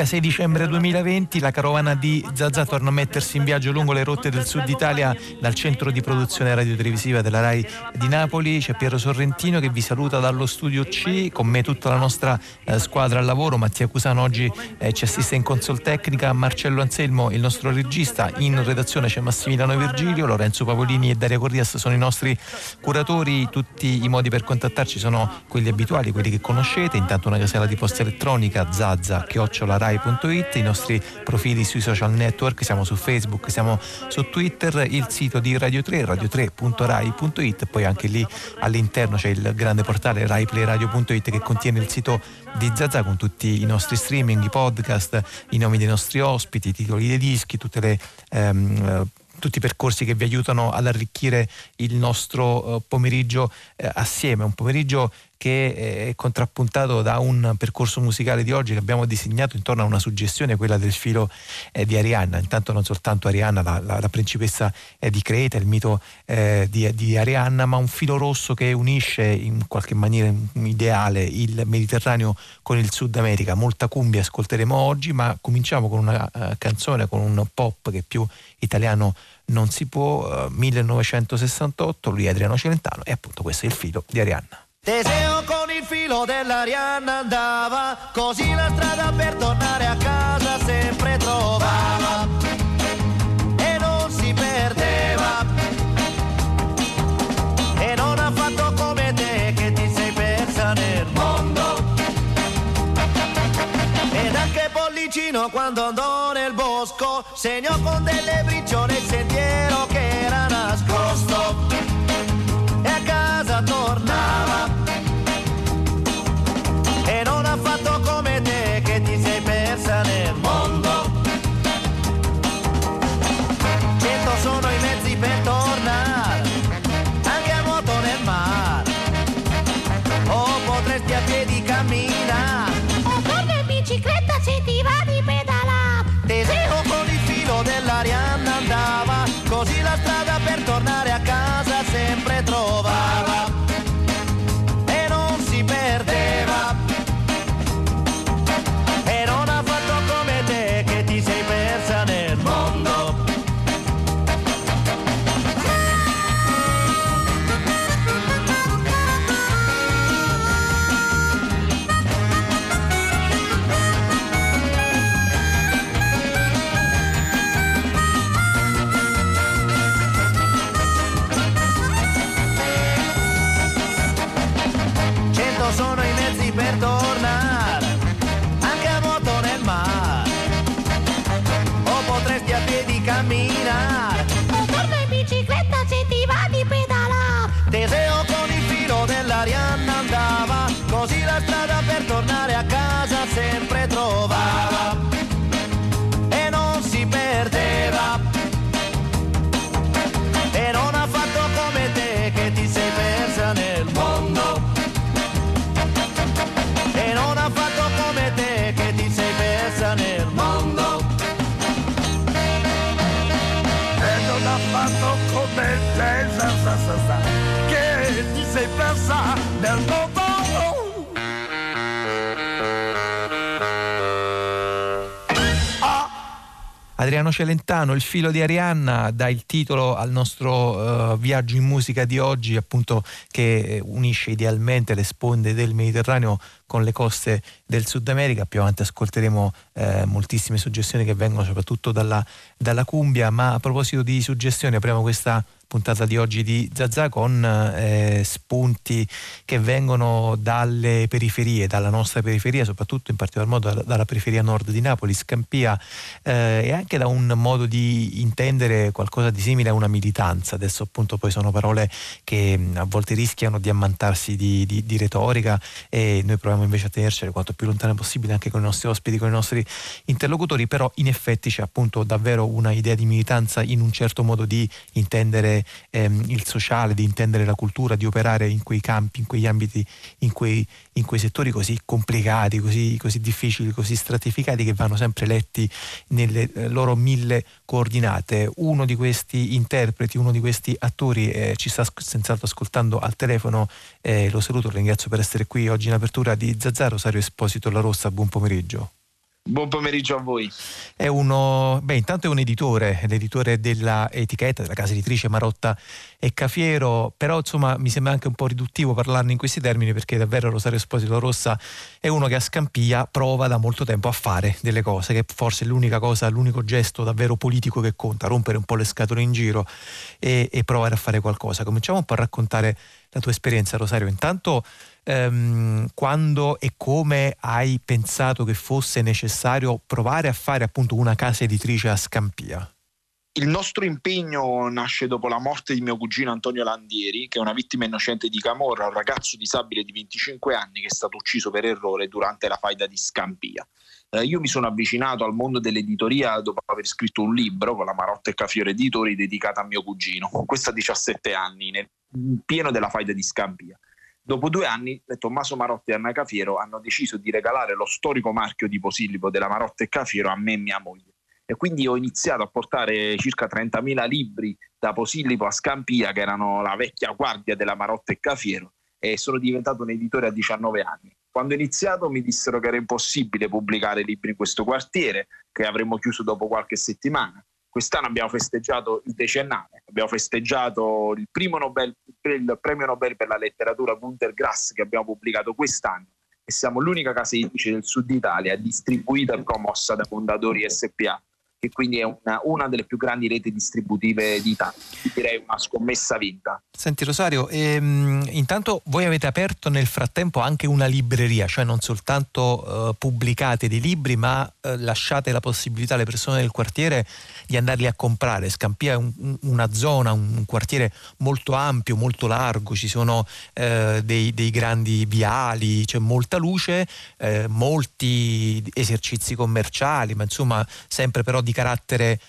6 dicembre 2020 la carovana di Zazà torna a mettersi in viaggio lungo le rotte del sud Italia dal centro di produzione radiotelevisiva della RAI di Napoli. C'è Piero Sorrentino che vi saluta dallo studio C, con me tutta la nostra squadra al lavoro. Mattia Cusano oggi ci assiste in console tecnica, Marcello Anselmo il nostro regista, in redazione c'è Massimiliano Virgilio, Lorenzo Pavolini e Daria Corrias sono i nostri curatori. Tutti i modi per contattarci sono quelli abituali, quelli che conoscete. Intanto una casella di posta elettronica zazza@rai.it, i nostri profili sui social network, siamo su Facebook, siamo su Twitter, il sito di Radio 3, radio3.rai.it, poi anche lì all'interno c'è il grande portale raiplayradio.it che contiene il sito di Zazà con tutti i nostri streaming, i podcast, i nomi dei nostri ospiti, i titoli dei dischi, tutti i percorsi che vi aiutano ad arricchire il nostro pomeriggio assieme, un pomeriggio che è contrappuntato da un percorso musicale di oggi che abbiamo disegnato intorno a una suggestione, quella del filo di Arianna. Intanto non soltanto Arianna, la principessa di Creta, il mito di Arianna, ma un filo rosso che unisce in qualche maniera ideale il Mediterraneo con il Sud America. Molta cumbia ascolteremo oggi, ma cominciamo con una canzone, con un pop che più italiano non si può, 1968, lui è Adriano Celentano e appunto questo è il filo di Arianna. Teseo con il filo dell'Arianna andava, così la strada per tornare a casa sempre trovava e non si perdeva, e non ha fatto come te che ti sei persa nel mondo. Ed anche Pollicino quando andò nel bosco segnò con delle briciole il sentiero che era nascosto e a casa tornava, e non ha fatto come te che ti sei persa nel mondo. 100 sono i mezzi per tornare, anche a nuoto nel mare, o potresti a piedi camminare, o correre in bicicletta se ti va di pedalare. Teseo con il filo dell'Arianna andava, così la strada per tornare a casa sempre trovava e non si perdeva, e non ha fatto come te che ti sei persa nel mondo. Sono i mezzi per tornare, anche a nuoto nel mare, o potresti a piedi camminare, o correre in bicicletta se ti va di pedalare. Teseo con il filo dell'Arianna andava, così la strada per tornare a casa sempre trovava e non si perdeva, e non ha fatto come te che ti sei persa nel mondo, e non ha fatto come te che ti sei persa nel mondo, e non ha fatto come te che ti sei persa nel mondo. Adriano Celentano, il filo di Arianna, dà il titolo al nostro viaggio in musica di oggi, appunto, che unisce idealmente le sponde del Mediterraneo con le coste del Sud America. Più avanti ascolteremo moltissime suggestioni che vengono soprattutto dalla cumbia, ma a proposito di suggestioni apriamo questa puntata di oggi di Zazà con spunti che vengono dalle periferie, dalla nostra periferia, soprattutto in particolar modo dalla periferia nord di Napoli, Scampia, e anche da un modo di intendere qualcosa di simile a una militanza. Adesso appunto poi sono parole che a volte rischiano di ammantarsi di retorica, e noi proviamo invece a tenercele quanto più lontane possibile anche con i nostri ospiti, con i nostri interlocutori, però in effetti c'è appunto davvero una idea di militanza in un certo modo di intendere il sociale, di intendere la cultura, di operare in quei campi, in quegli ambiti, in quei settori così complicati, così difficili, così stratificati, che vanno sempre letti nelle loro 1000 coordinate. Uno di questi interpreti, uno di questi attori ci sta senz'altro ascoltando al telefono, lo saluto, lo ringrazio per essere qui oggi in apertura di Zazà. Rosario Esposito La Rossa, buon pomeriggio. Buon pomeriggio a voi. È uno, intanto è un editore, l'editore della etichetta, della casa editrice Marotta e Cafiero, però insomma mi sembra anche un po' riduttivo parlarne in questi termini, perché davvero Rosario Esposito Rossa è uno che a Scampia prova da molto tempo a fare delle cose, che forse è l'unica cosa, l'unico gesto davvero politico che conta, rompere un po' le scatole in giro e provare a fare qualcosa. Cominciamo un po' a raccontare la tua esperienza, Rosario. Intanto quando e come hai pensato che fosse necessario provare a fare appunto una casa editrice a Scampia? Il nostro impegno nasce dopo la morte di mio cugino Antonio Landieri, che è una vittima innocente di camorra, un ragazzo disabile di 25 anni che è stato ucciso per errore durante la faida di Scampia. Io mi sono avvicinato al mondo dell'editoria dopo aver scritto un libro con la Marotta e Cafiero Editori dedicato a mio cugino, questo a 17 anni, nel pieno della faida di Scampia. Dopo 2 anni Tommaso Marotta e Anna Cafiero hanno deciso di regalare lo storico marchio di Posillipo della Marotta e Cafiero a me e mia moglie. E quindi ho iniziato a portare circa 30.000 libri da Posillipo a Scampia, che erano la vecchia guardia della Marotta e Cafiero, e sono diventato un editore a 19 anni. Quando ho iniziato mi dissero che era impossibile pubblicare libri in questo quartiere, che avremmo chiuso dopo qualche settimana. Quest'anno abbiamo festeggiato il decennale, abbiamo festeggiato il premio Nobel per la letteratura Günter Grass che abbiamo pubblicato quest'anno, e siamo l'unica casa editrice del Sud Italia distribuita e promossa da Fondatori SPA, che quindi è una delle più grandi reti distributive d'Italia, direi una scommessa vinta. Senti Rosario, intanto voi avete aperto nel frattempo anche una libreria, cioè non soltanto pubblicate dei libri, ma lasciate la possibilità alle persone del quartiere di andarli a comprare. Scampia è una zona, un quartiere molto ampio, molto largo, ci sono dei grandi viali, c'è molta luce, molti esercizi commerciali, ma insomma sempre però di carattere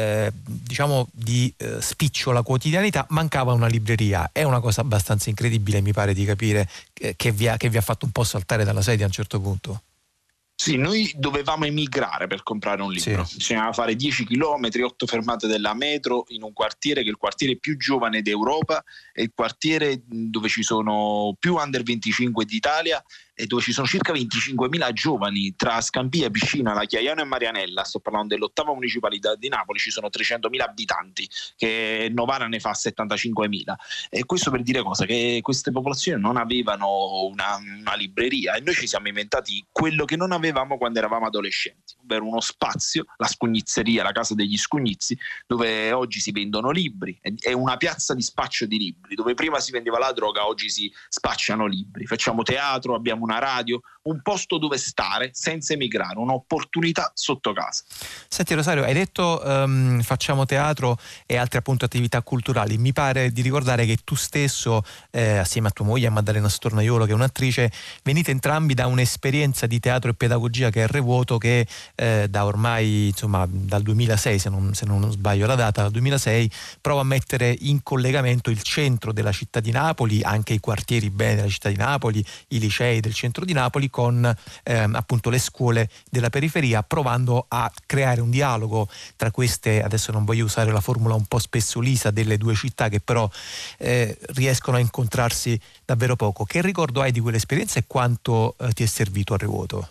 diciamo di spicciola quotidianità. Mancava una libreria. È una cosa abbastanza incredibile, mi pare di capire, che vi ha fatto un po' saltare dalla sedia a un certo punto. Sì, noi dovevamo emigrare per comprare un libro. Sì. Bisognava fare 10 chilometri, 8 fermate della metro, in un quartiere che è il quartiere più giovane d'Europa, è il quartiere dove ci sono più under 25 d'Italia e dove ci sono circa 25.000 giovani tra Scampia, Piscina, La Chiaiana e Marianella. Sto parlando dell'8ª municipalità di Napoli, ci sono 300.000 abitanti, che Novara ne fa 75.000. E questo per dire cosa? Che queste popolazioni non avevano una libreria, e noi ci siamo inventati quello che non avevamo quando eravamo adolescenti, ovvero uno spazio, la scugnizzeria, la casa degli scugnizi, dove oggi si vendono libri. È una piazza di spaccio di libri, dove prima si vendeva la droga, oggi si spacciano libri. Facciamo teatro, abbiamo una radio, un posto dove stare senza emigrare, un'opportunità sotto casa. Senti Rosario, hai detto facciamo teatro e altre appunto attività culturali. Mi pare di ricordare che tu stesso assieme a tua moglie, a Maddalena Stornaiolo, che è un'attrice, venite entrambi da un'esperienza di teatro e pedagogia che è Revuoto, che da ormai insomma dal 2006, se non sbaglio la data, dal 2006 prova a mettere in collegamento il centro della città di Napoli, anche i quartieri bene della città di Napoli, i licei del centro di Napoli, con appunto le scuole della periferia, provando a creare un dialogo tra queste, adesso non voglio usare la formula un po' spesso lisa, delle due città che però riescono a incontrarsi davvero poco. Che ricordo hai di quell'esperienza e quanto ti è servito a Revuoto?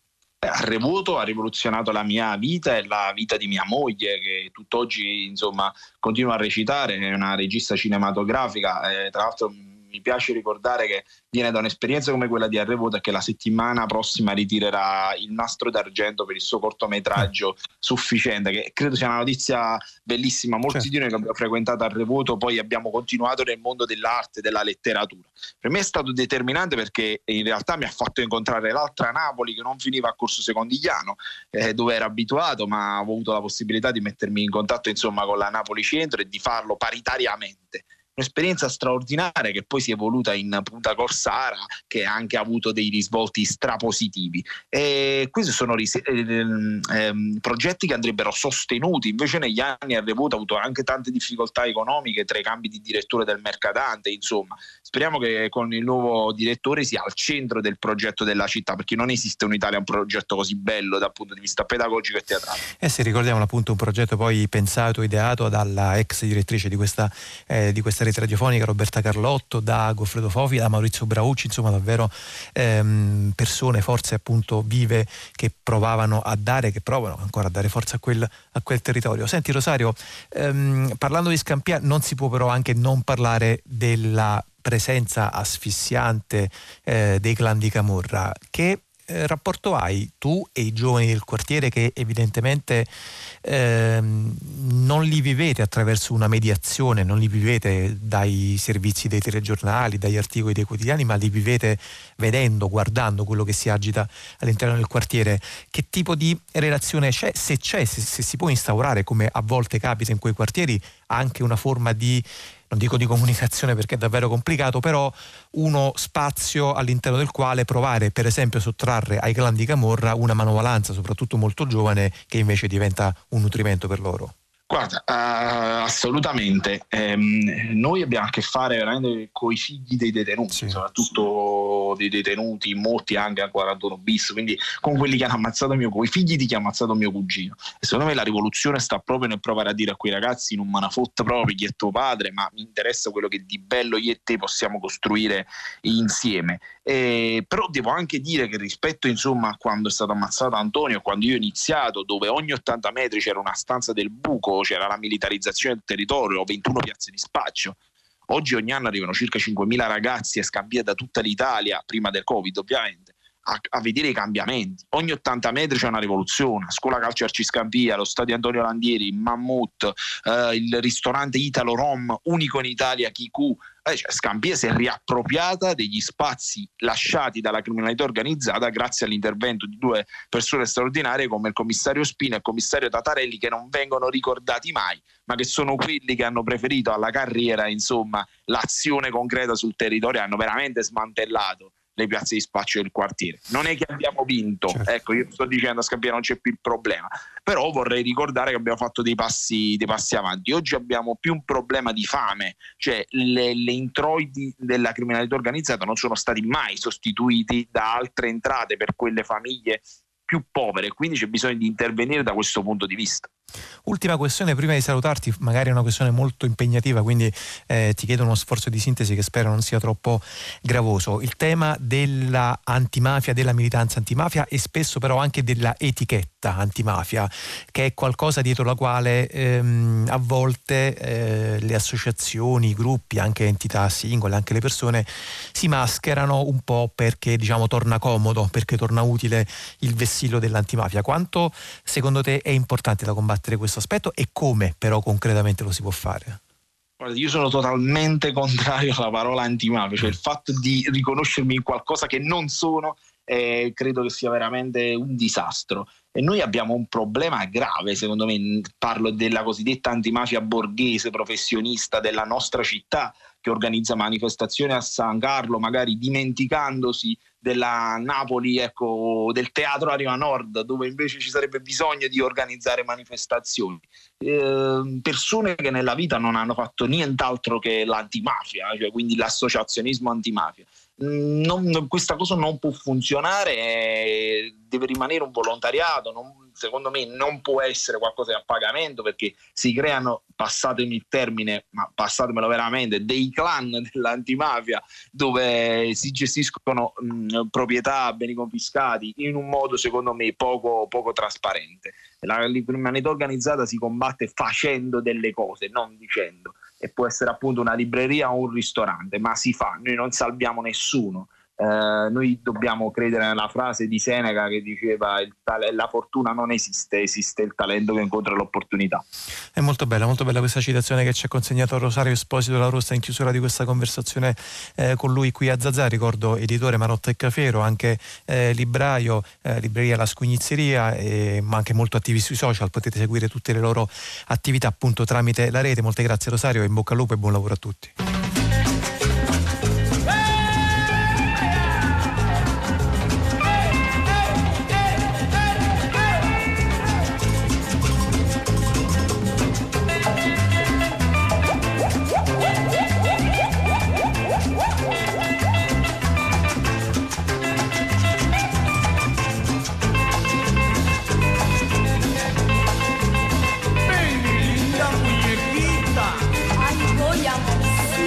A Revuoto ha rivoluzionato la mia vita e la vita di mia moglie, che tutt'oggi insomma continua a recitare, è una regista cinematografica, tra l'altro mi piace ricordare che viene da un'esperienza come quella di Revuoto, che la settimana prossima ritirerà il Nastro d'Argento per il suo cortometraggio Sufficiente, che credo sia una notizia bellissima. Molti di noi che abbiamo frequentato a Revuoto poi abbiamo continuato nel mondo dell'arte e della letteratura. Per me è stato determinante, perché in realtà mi ha fatto incontrare l'altra Napoli, che non finiva a Corso Secondigliano, dove ero abituato, ma ho avuto la possibilità di mettermi in contatto insomma con la Napoli Centro e di farlo paritariamente. Un'esperienza straordinaria che poi si è evoluta in Punta Corsara, che ha anche avuto dei risvolti strapositivi. E questi sono progetti che andrebbero sostenuti. Invece negli anni a Revuoto ha avuto anche tante difficoltà economiche tra i cambi di direttore del Mercadante. Insomma, speriamo che con il nuovo direttore sia al centro del progetto della città, perché non esiste in Italia un progetto così bello dal punto di vista pedagogico e teatrale. Se ricordiamo appunto un progetto poi pensato, ideato dalla ex direttrice di questa rete radiofonica, Roberta Carlotto, da Goffredo Fofi, da Maurizio Braucci, insomma davvero persone, forze appunto vive che provavano a dare, che provano ancora a dare forza a quel territorio. Senti Rosario, parlando di Scampia non si può però anche non parlare della presenza asfissiante dei clan di Camorra. Che rapporto hai tu e i giovani del quartiere che evidentemente non li vivete attraverso una mediazione, non li vivete dai servizi dei telegiornali, dagli articoli dei quotidiani, ma li vivete vedendo, guardando quello che si agita all'interno del quartiere? Che tipo di relazione c'è? Se si può instaurare, come a volte capita in quei quartieri, anche una forma di, non dico di comunicazione perché è davvero complicato, però uno spazio all'interno del quale provare per esempio a sottrarre ai clan di Camorra una manovalanza, soprattutto molto giovane, che invece diventa un nutrimento per loro. Guarda, assolutamente. Noi abbiamo a che fare veramente con i figli dei detenuti, sì, soprattutto dei detenuti, molti anche a 41 bis, quindi con quelli che hanno ammazzato con i figli di chi ha ammazzato mio cugino. E secondo me la rivoluzione sta proprio nel provare a dire a quei ragazzi: non me ne fotte proprio chi è tuo padre, ma mi interessa quello che di bello io e te possiamo costruire insieme. Però devo anche dire che rispetto insomma a quando è stato ammazzato Antonio, quando io ho iniziato, dove ogni 80 metri c'era una stanza del buco, c'era la militarizzazione del territorio, 21 piazze di spaccio. Oggi ogni anno arrivano circa 5.000 ragazzi a Scampia da tutta l'Italia, prima del Covid ovviamente, a vedere i cambiamenti. Ogni 80 metri c'è una rivoluzione: scuola calcio Arci Scampia, lo stadio Antonio Landieri, Mammut, il ristorante Italo Rom, unico in Italia, Kiku. Scampia si è riappropriata degli spazi lasciati dalla criminalità organizzata grazie all'intervento di due persone straordinarie come il commissario Spina e il commissario Tatarelli, che non vengono ricordati mai, ma che sono quelli che hanno preferito alla carriera insomma l'azione concreta sul territorio, hanno veramente smantellato le piazze di spaccio del quartiere. Non è che abbiamo vinto, certo. Ecco, io sto dicendo a Scampia non c'è più il problema, però vorrei ricordare che abbiamo fatto dei passi avanti. Oggi abbiamo più un problema di fame, cioè le introiti della criminalità organizzata non sono stati mai sostituiti da altre entrate per quelle famiglie più povere, quindi c'è bisogno di intervenire da questo punto di vista. Ultima questione prima di salutarti, magari è una questione molto impegnativa, quindi ti chiedo uno sforzo di sintesi che spero non sia troppo gravoso. Il tema della antimafia, della militanza antimafia e spesso però anche della etichetta antimafia, che è qualcosa dietro la quale a volte le associazioni, i gruppi, anche entità singole, anche le persone si mascherano un po' perché diciamo torna comodo, perché torna utile il vessillo dell'antimafia. Quanto secondo te è importante da combattere questo aspetto e come però concretamente lo si può fare? Guarda, io sono totalmente contrario alla parola antimafia, cioè il fatto di riconoscermi in qualcosa che non sono, credo che sia veramente un disastro. E noi abbiamo un problema grave, secondo me, parlo della cosiddetta antimafia borghese professionista della nostra città, che organizza manifestazioni a San Carlo, magari dimenticandosi della Napoli, ecco, del teatro Arima Nord, dove invece ci sarebbe bisogno di organizzare manifestazioni. Persone che nella vita non hanno fatto nient'altro che l'antimafia, cioè quindi l'associazionismo antimafia. Questa cosa non può funzionare, deve rimanere un volontariato, secondo me non può essere qualcosa di a pagamento, perché si creano, passatemi il termine, ma passatemelo veramente, dei clan dell'antimafia dove si gestiscono proprietà, beni confiscati in un modo secondo me poco trasparente. La criminalità organizzata si combatte facendo delle cose, non dicendo, e può essere appunto una libreria o un ristorante, ma si fa, noi non salviamo nessuno. Noi dobbiamo credere nella frase di Seneca che diceva la fortuna non esiste, esiste il talento che incontra l'opportunità. È molto bella questa citazione che ci ha consegnato Rosario Esposito La Rosta in chiusura di questa conversazione con lui qui a Zazà. Ricordo editore Marotta e Cafero, anche libraio, libreria La Scugnizzeria, ma anche molto attivi sui social. Potete seguire tutte le loro attività appunto tramite la rete. Molte grazie Rosario, in bocca al lupo e buon lavoro a tutti. Ay, voy a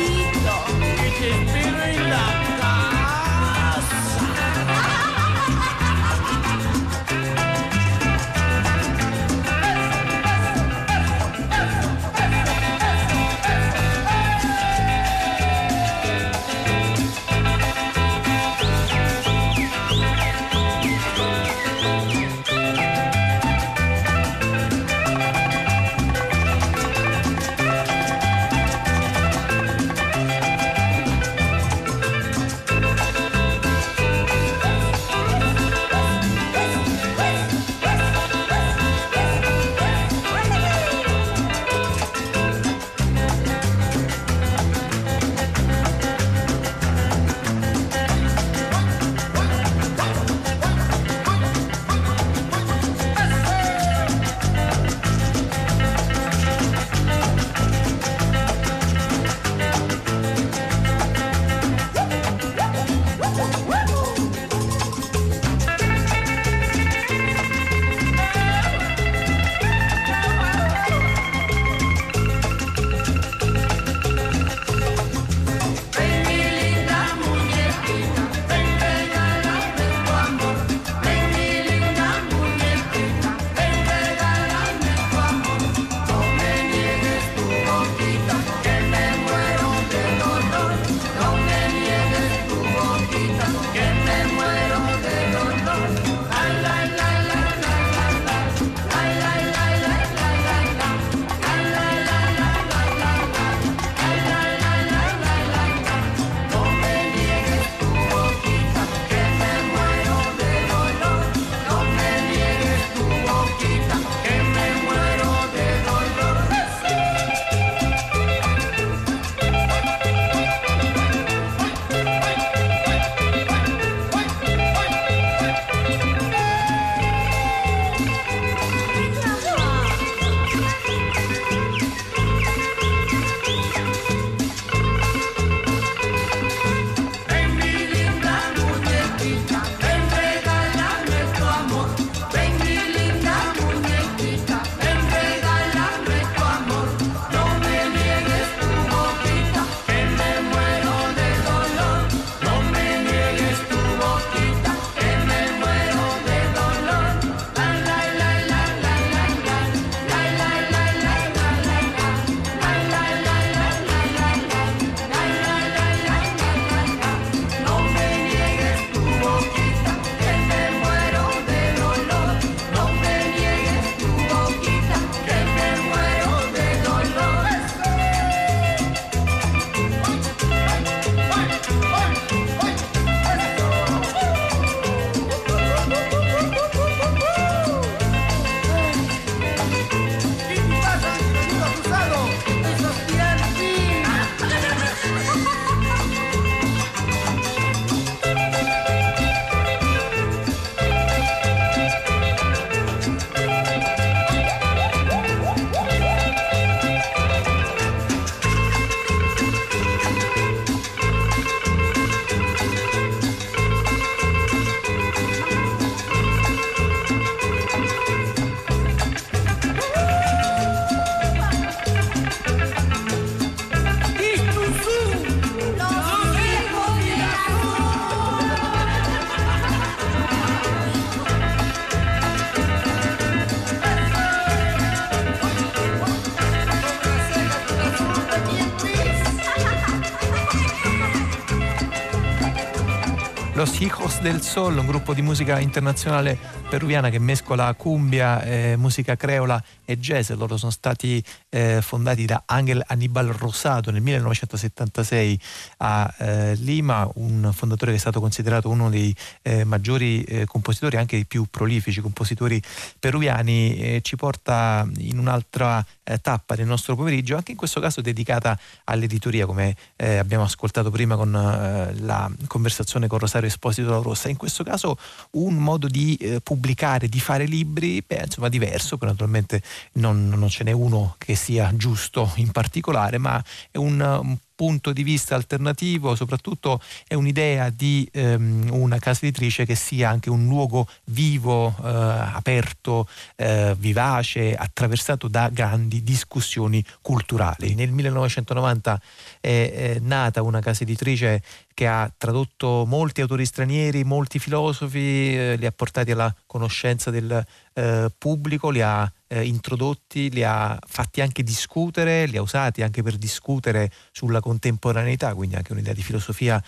Los Hijos del Sol, un gruppo di musica internazionale peruviana che mescola cumbia, musica creola e jazz. Loro sono stati fondati da Ángel Aníbal Rosado nel 1976 a Lima, un fondatore che è stato considerato uno dei maggiori compositori, anche dei più prolifici compositori peruviani. Ci porta in un'altra tappa del nostro pomeriggio, anche in questo caso dedicata all'editoria, come abbiamo ascoltato prima con la conversazione con Rosario Esposito La Rossa. In questo caso un modo di pubblicare, di fare libri, insomma diverso, però naturalmente non ce n'è uno che sia giusto in particolare, ma è un punto di vista alternativo, soprattutto è un'idea di una casa editrice che sia anche un luogo vivo, aperto, vivace, attraversato da grandi discussioni culturali. Nel 1990 è nata una casa editrice che ha tradotto molti autori stranieri, molti filosofi, li ha portati alla conoscenza del pubblico, li ha introdotti, li ha fatti anche discutere, li ha usati anche per discutere sulla contemporaneità, quindi anche un'idea di filosofia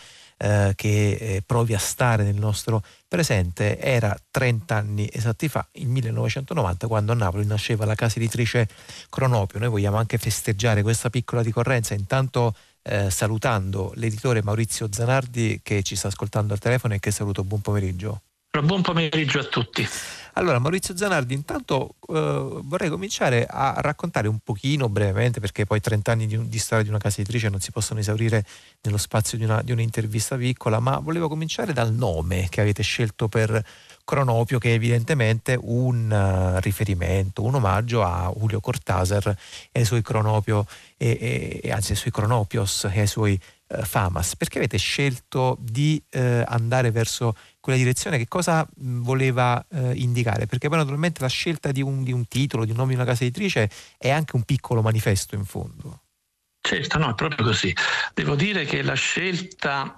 che provi a stare nel nostro presente. Era 30 anni esatti fa, il 1990, quando a Napoli nasceva la casa editrice Cronopio. Noi vogliamo anche festeggiare questa piccola ricorrenza, intanto salutando l'editore Maurizio Zanardi, che ci sta ascoltando al telefono e che saluto. Buon pomeriggio. Buon pomeriggio a tutti. Allora, Maurizio Zanardi, intanto vorrei cominciare a raccontare un pochino, brevemente, perché poi 30 anni di storia di una casa editrice non si possono esaurire nello spazio di un'intervista piccola, ma volevo cominciare dal nome che avete scelto per Cronopio, che è evidentemente un riferimento, un omaggio a Julio Cortázar e ai suoi Cronopio, anzi ai suoi Cronopios e ai suoi Famas. Perché avete scelto di andare verso quella direzione? Che cosa voleva indicare? Perché poi naturalmente la scelta di un titolo, di un nome di una casa editrice è anche un piccolo manifesto in fondo. Certo, no, è proprio così. Devo dire che la scelta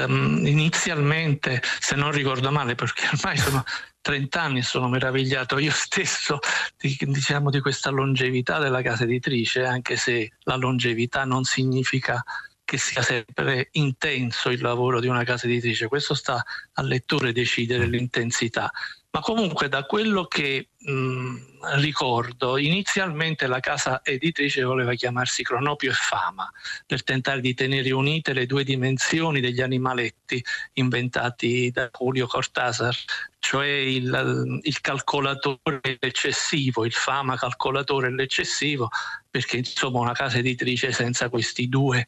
inizialmente, se non ricordo male, perché ormai sono 30 anni, sono meravigliato io stesso di questa longevità della casa editrice, anche se la longevità non significa che sia sempre intenso il lavoro di una casa editrice. Questo sta al lettore decidere l'intensità. Ma comunque, da quello che ricordo, inizialmente la casa editrice voleva chiamarsi Cronopio e Fama, per tentare di tenere unite le due dimensioni degli animaletti inventati da Julio Cortázar, cioè il calcolatore e l'eccessivo, il Fama calcolatore e l'eccessivo, perché insomma una casa editrice senza questi due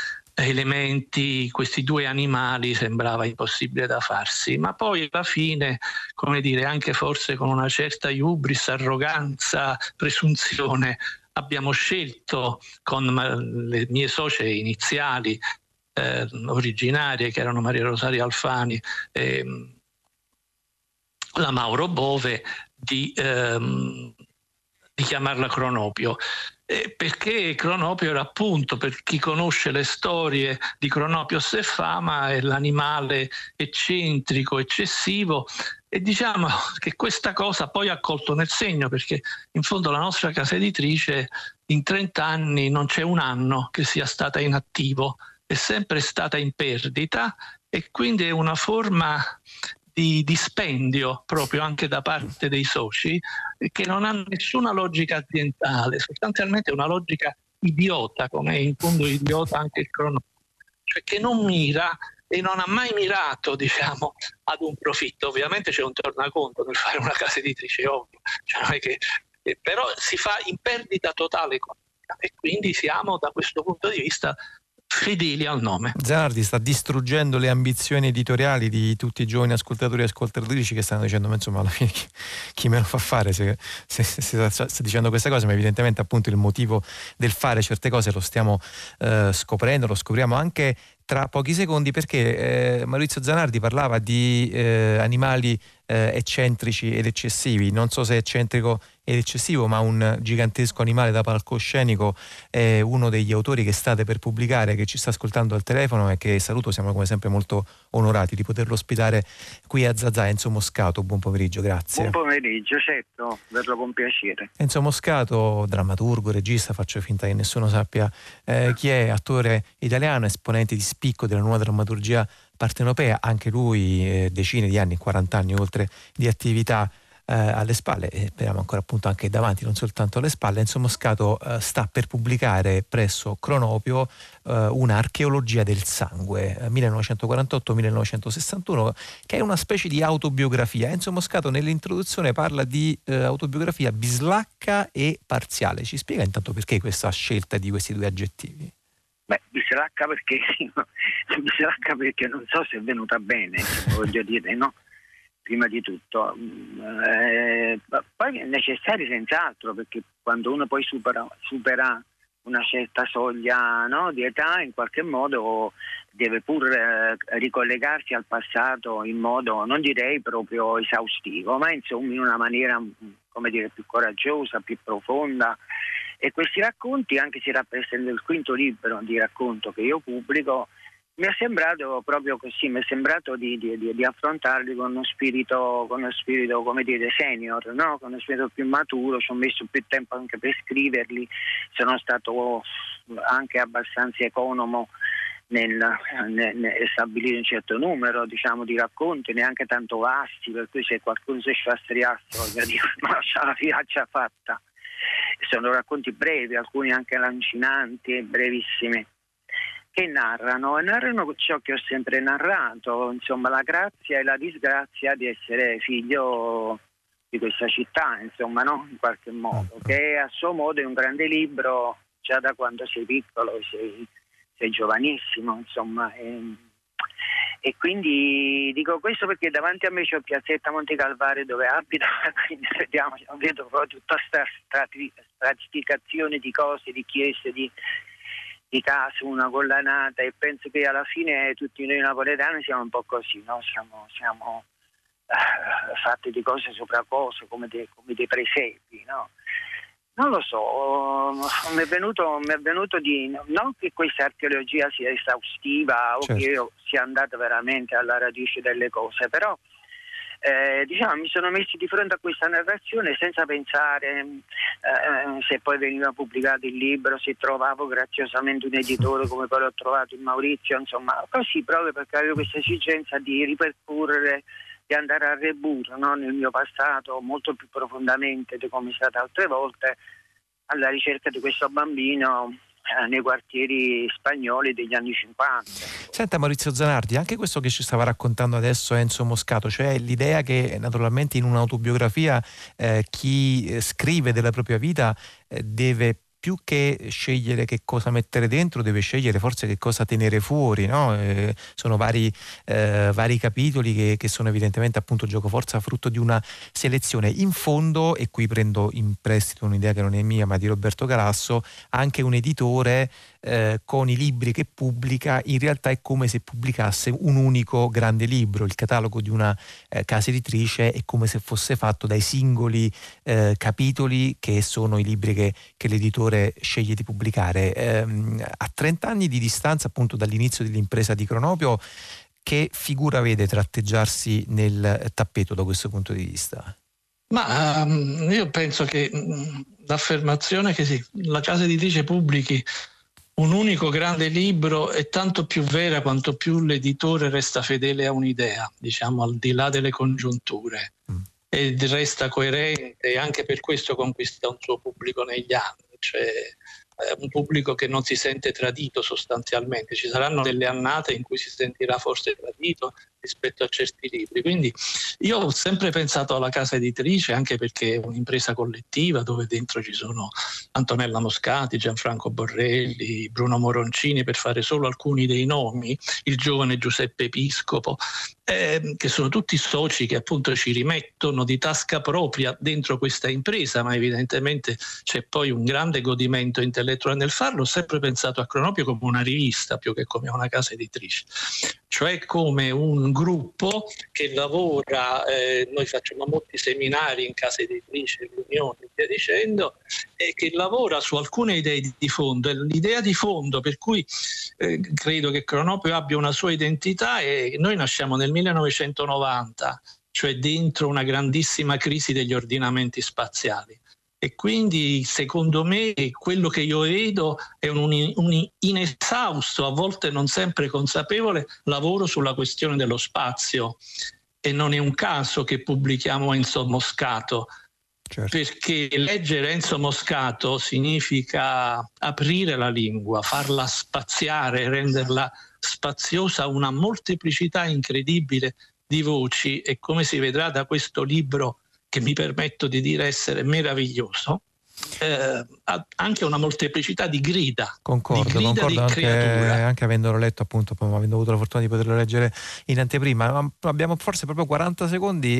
elementi, questi due animali, sembrava impossibile da farsi. Ma poi alla fine, come dire, anche forse con una certa hubris, arroganza, presunzione, abbiamo scelto con le mie socie iniziali originarie, che erano Maria Rosaria Alfani e la Mauro Bove, di chiamarla Cronopio. Perché Cronopio era, appunto, per chi conosce le storie di Cronopios e Fama, è l'animale eccentrico, eccessivo, e diciamo che questa cosa poi ha colto nel segno, perché in fondo la nostra casa editrice in 30 anni non c'è un anno che sia stata in attivo, è sempre stata in perdita, e quindi è una forma di dispendio proprio anche da parte dei soci, che non ha nessuna logica aziendale, sostanzialmente è una logica idiota, come è in fondo idiota anche il Cronopio, cioè che non mira e non ha mai mirato, diciamo, ad un profitto. Ovviamente c'è un tornaconto nel fare una casa editrice, ovvio, cioè non è che, però si fa in perdita totale economica, e quindi siamo da questo punto di vista fedeli al nome. Zanardi sta distruggendo le ambizioni editoriali di tutti i giovani ascoltatori e ascoltatrici che stanno dicendo: ma insomma, alla fine chi me lo fa fare se sta dicendo questa cosa? Ma evidentemente, appunto, il motivo del fare certe cose lo stiamo scoprendo, lo scopriamo anche tra pochi secondi, perché Maurizio Zanardi parlava di animali eccentrici ed eccessivi. Non so se eccentrico ed eccessivo, ma un gigantesco animale da palcoscenico, è uno degli autori che state per pubblicare, che ci sta ascoltando al telefono e che saluto. Siamo come sempre molto onorati di poterlo ospitare qui a Zazà. Enzo Moscato, buon pomeriggio, grazie. Buon pomeriggio, certo, verrò con piacere. Enzo Moscato, drammaturgo, regista, faccio finta che nessuno sappia chi è, attore italiano, esponente di spicco della nuova drammaturgia partenopea, anche lui decine di anni, 40 anni oltre di attività alle spalle, e speriamo ancora appunto anche davanti, non soltanto alle spalle. Enzo Moscato sta per pubblicare presso Cronopio un'archeologia del sangue 1948-1961, che è una specie di autobiografia. Enzo Moscato nell'introduzione parla di autobiografia bislacca e parziale. Ci spiega intanto perché questa scelta di questi due aggettivi? Bislacca perché non so se è venuta bene, voglio dire, no? Prima di tutto. Poi è necessario senz'altro, perché quando uno poi supera una certa soglia, no, di età, in qualche modo deve pur ricollegarsi al passato in modo, non direi proprio esaustivo, ma insomma in una maniera, come dire, più coraggiosa, più profonda. E questi racconti, anche se rappresentano il quinto libro di racconto che io pubblico, mi è sembrato proprio così, mi è sembrato di affrontarli con uno spirito, come dire, senior, no? Con uno spirito più maturo. Ci ho messo più tempo anche per scriverli, sono stato anche abbastanza economo nel stabilire un certo numero, diciamo, di racconti, neanche tanto vasti, per cui se qualcuno si sfastriasse, voglio dire, ma c'ha la filaccia fatta. Sono racconti brevi, alcuni anche lancinanti e brevissimi, che narrano ciò che ho sempre narrato, insomma, la grazia e la disgrazia di essere figlio di questa città, insomma, no? In qualche modo, che a suo modo è un grande libro già da quando sei piccolo, sei giovanissimo, insomma. E quindi dico questo perché davanti a me c'è Piazzetta Montecalvario dove abito, quindi vedo proprio tutta questa stratificazione di cose, di chiese, di case, una collanata, e penso che alla fine tutti noi napoletani siamo un po' così, no? Siamo fatti di cose sopra cose, come dei presepi, no? Non lo so, mi è venuto di non che questa archeologia sia esaustiva, certo, o che io sia andata veramente alla radice delle cose, però diciamo mi sono messi di fronte a questa narrazione senza pensare se poi veniva pubblicato il libro, se trovavo graziosamente un editore come quello ho trovato in Maurizio, insomma, così, proprio perché avevo questa esigenza di ripercorrere, di andare a reburo, no, nel mio passato molto più profondamente di come è stato altre volte, alla ricerca di questo bambino nei quartieri spagnoli degli anni 50. Senta Maurizio Zanardi, anche questo che ci stava raccontando adesso Enzo Moscato, cioè l'idea che naturalmente in un'autobiografia chi scrive della propria vita deve, più che scegliere che cosa mettere dentro, deve scegliere forse che cosa tenere fuori, no? Sono vari capitoli che sono evidentemente appunto giocoforza, frutto di una selezione. In fondo, e qui prendo in prestito un'idea che non è mia ma di Roberto Galasso, anche un editore con i libri che pubblica in realtà è come se pubblicasse un unico grande libro. Il catalogo di una casa editrice è come se fosse fatto dai singoli capitoli che sono i libri che l'editore sceglie di pubblicare. A 30 anni di distanza appunto dall'inizio dell'impresa di Cronopio, che figura vede tratteggiarsi nel tappeto da questo punto di vista? Ma io penso che l'affermazione che la casa editrice pubblichi un unico grande libro è tanto più vera quanto più l'editore resta fedele a un'idea, diciamo, al di là delle congiunture, e resta coerente, e anche per questo conquista un suo pubblico negli anni, cioè un pubblico che non si sente tradito sostanzialmente. Ci saranno delle annate in cui si sentirà forse tradito rispetto a certi libri, quindi io ho sempre pensato alla casa editrice, anche perché è un'impresa collettiva dove dentro ci sono Antonella Moscati, Gianfranco Borrelli, Bruno Moroncini, per fare solo alcuni dei nomi, il giovane Giuseppe Episcopo, che sono tutti soci che appunto ci rimettono di tasca propria dentro questa impresa, ma evidentemente c'è poi un grande godimento intellettuale nel farlo. Ho sempre pensato a Cronopio come una rivista più che come una casa editrice. cioè come un gruppo che lavora, noi facciamo molti seminari in case editrici, riunioni e via dicendo, e che lavora su alcune idee di fondo. E l'idea di fondo per cui credo che Cronopio abbia una sua identità è: noi nasciamo nel 1990, cioè dentro una grandissima crisi degli ordinamenti spaziali. E quindi secondo me quello che io vedo è un inesausto, a volte non sempre consapevole, lavoro sulla questione dello spazio. E non è un caso che pubblichiamo Enzo Moscato, certo, perché leggere Enzo Moscato significa aprire la lingua, farla spaziare, renderla spaziosa, una molteplicità incredibile di voci, e come si vedrà da questo libro, che mi permetto di dire essere meraviglioso, anche una molteplicità di grida. Concordo di creatura. Anche avendolo letto, appunto, avendo avuto la fortuna di poterlo leggere in anteprima. Abbiamo forse proprio 40 secondi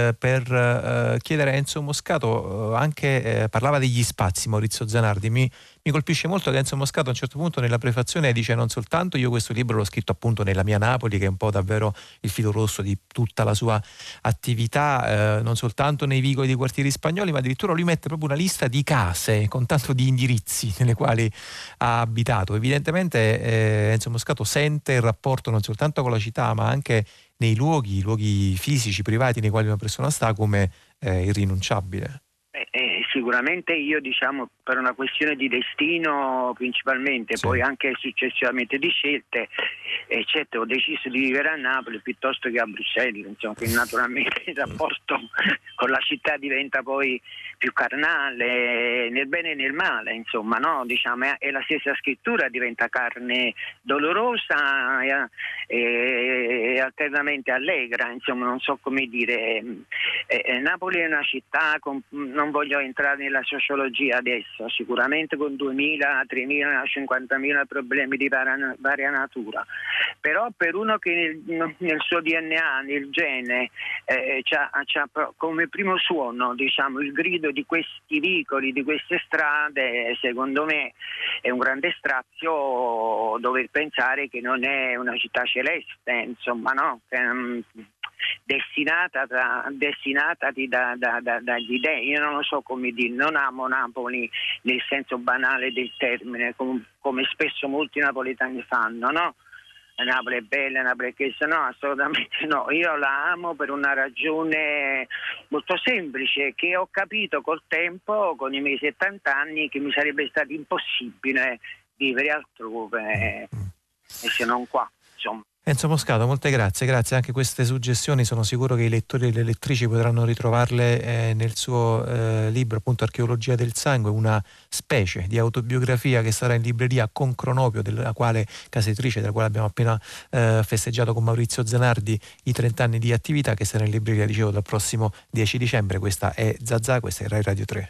per chiedere a Enzo Moscato, parlava degli spazi Maurizio Zanardi. Mi colpisce molto che Enzo Moscato a un certo punto nella prefazione dice: non soltanto io questo libro l'ho scritto appunto nella mia Napoli, che è un po' davvero il filo rosso di tutta la sua attività, non soltanto nei vicoli di quartieri spagnoli, ma addirittura lui mette proprio una lista di case con tanto di indirizzi nelle quali ha abitato. Evidentemente Enzo Moscato sente il rapporto non soltanto con la città, ma anche nei luoghi fisici, privati nei quali una persona sta, come irrinunciabile. Sicuramente io, diciamo, per una questione di destino principalmente, sì, poi anche successivamente di scelte, certo, ho deciso di vivere a Napoli piuttosto che a Bruxelles, insomma, che naturalmente il rapporto con la città diventa poi più carnale, nel bene e nel male, insomma, no? Diciamo, e la stessa scrittura diventa carne dolorosa e alternamente allegra, insomma, non so come dire. Napoli è una città non voglio entrare nella sociologia adesso, sicuramente con 2.000, 3.000, 50.000 problemi di varia natura, però per uno che nel suo DNA, nel gene, c'ha come primo suono, diciamo, il grido di questi vicoli, di queste strade, secondo me è un grande strazio dover pensare che non è una città celeste, insomma, no? Destinata dagli dei. Io non lo so come dire, non amo Napoli nel senso banale del termine, come spesso molti napoletani fanno, no? Napoli è bella, Napoli è questa, no, assolutamente no. Io la amo per una ragione molto semplice, che ho capito col tempo, con i miei 70 anni, che mi sarebbe stato impossibile vivere altrove, e se non qua, insomma. Enzo Moscato, molte grazie, anche queste suggestioni sono sicuro che i lettori e le lettrici potranno ritrovarle nel suo libro, appunto, Archeologia del sangue, una specie di autobiografia che sarà in libreria con Cronopio, della quale casa editrice, della quale abbiamo appena festeggiato con Maurizio Zanardi i 30 anni di attività, che sarà in libreria, dicevo, dal prossimo 10 dicembre. Questa è Zazà, questa è Rai Radio 3.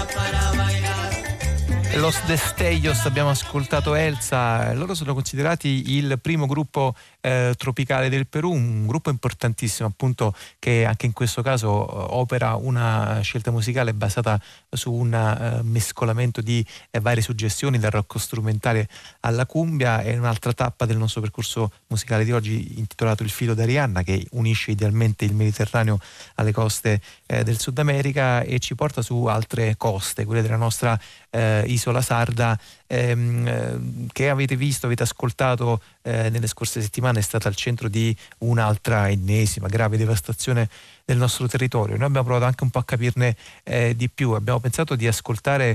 Los Destellos, abbiamo ascoltato Elsa. Loro sono considerati il primo gruppo tropicale del Perù, un gruppo importantissimo appunto che anche in questo caso opera una scelta musicale basata su un mescolamento di varie suggestioni, dal rock strumentale alla cumbia. È un'altra tappa del nostro percorso musicale di oggi, intitolato Il filo d'Arianna, che unisce idealmente il Mediterraneo alle coste del Sud America e ci porta su altre coste, quelle della nostra isola sarda, che avete visto, avete ascoltato nelle scorse settimane. È stata al centro di un'altra ennesima grave devastazione del nostro territorio. Noi abbiamo provato anche un po' a capirne di più. Abbiamo pensato di ascoltare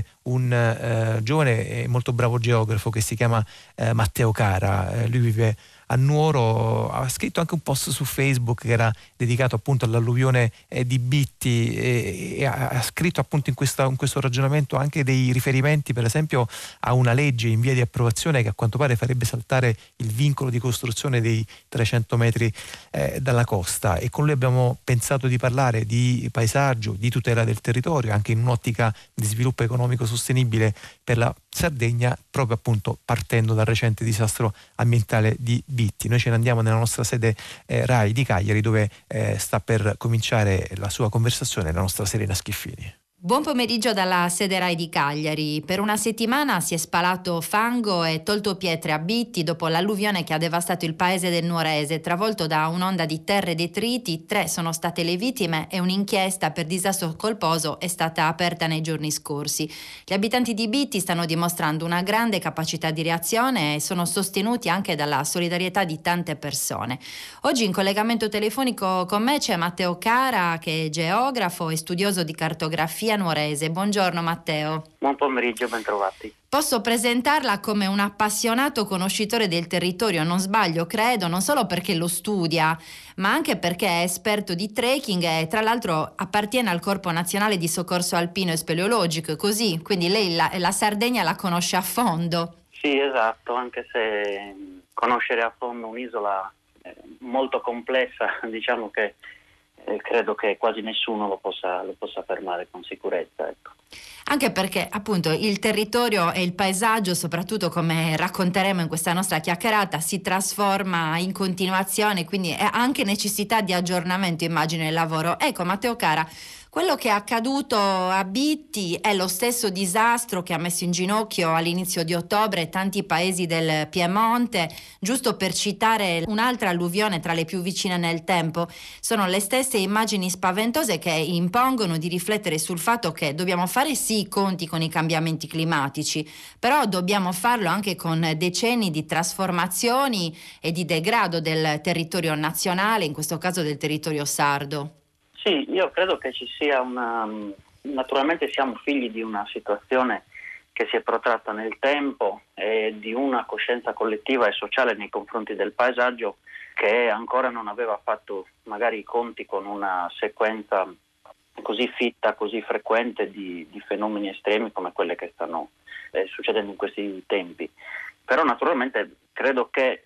un giovane e molto bravo geografo che si chiama Matteo Cara. Lui vive a Nuoro, ha scritto anche un post su Facebook che era dedicato appunto all'alluvione di Bitti e ha scritto appunto in questo ragionamento anche dei riferimenti, per esempio, a una legge in via di approvazione che a quanto pare farebbe saltare il vincolo di costruzione dei 300 metri dalla costa. E con lui abbiamo pensato di parlare di paesaggio, di tutela del territorio, anche in un'ottica di sviluppo economico sostenibile per la Sardegna, proprio appunto partendo dal recente disastro ambientale di Bitti. Noi ce ne andiamo nella nostra sede RAI di Cagliari, dove sta per cominciare la sua conversazione la nostra Serena Schiffini. Buon pomeriggio dalla sede RAI di Cagliari. Per una settimana si è spalato fango e tolto pietre a Bitti dopo l'alluvione che ha devastato il paese del Nuorese, travolto da un'onda di terre e detriti. 3 sono state le vittime e un'inchiesta per disastro colposo è stata aperta nei giorni scorsi. Gli abitanti di Bitti stanno dimostrando una grande capacità di reazione e sono sostenuti anche dalla solidarietà di tante persone. Oggi in collegamento telefonico con me c'è Matteo Cara, che è geografo e studioso di cartografia nuorese. Buongiorno Matteo. Buon pomeriggio, ben trovati. Posso presentarla come un appassionato conoscitore del territorio, non sbaglio, credo, non solo perché lo studia, ma anche perché è esperto di trekking e tra l'altro appartiene al Corpo Nazionale di Soccorso Alpino e Speleologico, così, quindi lei la Sardegna la conosce a fondo. Sì, esatto, anche se conoscere a fondo un'isola molto complessa, diciamo che credo che quasi nessuno lo possa fermare con sicurezza, ecco. Anche perché appunto il territorio e il paesaggio, soprattutto come racconteremo in questa nostra chiacchierata, si trasforma in continuazione, quindi è anche necessità di aggiornamento, immagino, il lavoro. Ecco Matteo Cara, quello che è accaduto a Bitti è lo stesso disastro che ha messo in ginocchio all'inizio di ottobre tanti paesi del Piemonte. Giusto per citare un'altra alluvione tra le più vicine nel tempo, sono le stesse immagini spaventose che impongono di riflettere sul fatto che dobbiamo fare sì i conti con i cambiamenti climatici, però dobbiamo farlo anche con decenni di trasformazioni e di degrado del territorio nazionale, in questo caso del territorio sardo. Sì, io credo che ci sia naturalmente siamo figli di una situazione che si è protratta nel tempo e di una coscienza collettiva e sociale nei confronti del paesaggio che ancora non aveva fatto magari i conti con una sequenza così fitta, così frequente di fenomeni estremi come quelle che stanno succedendo in questi tempi. Però naturalmente credo che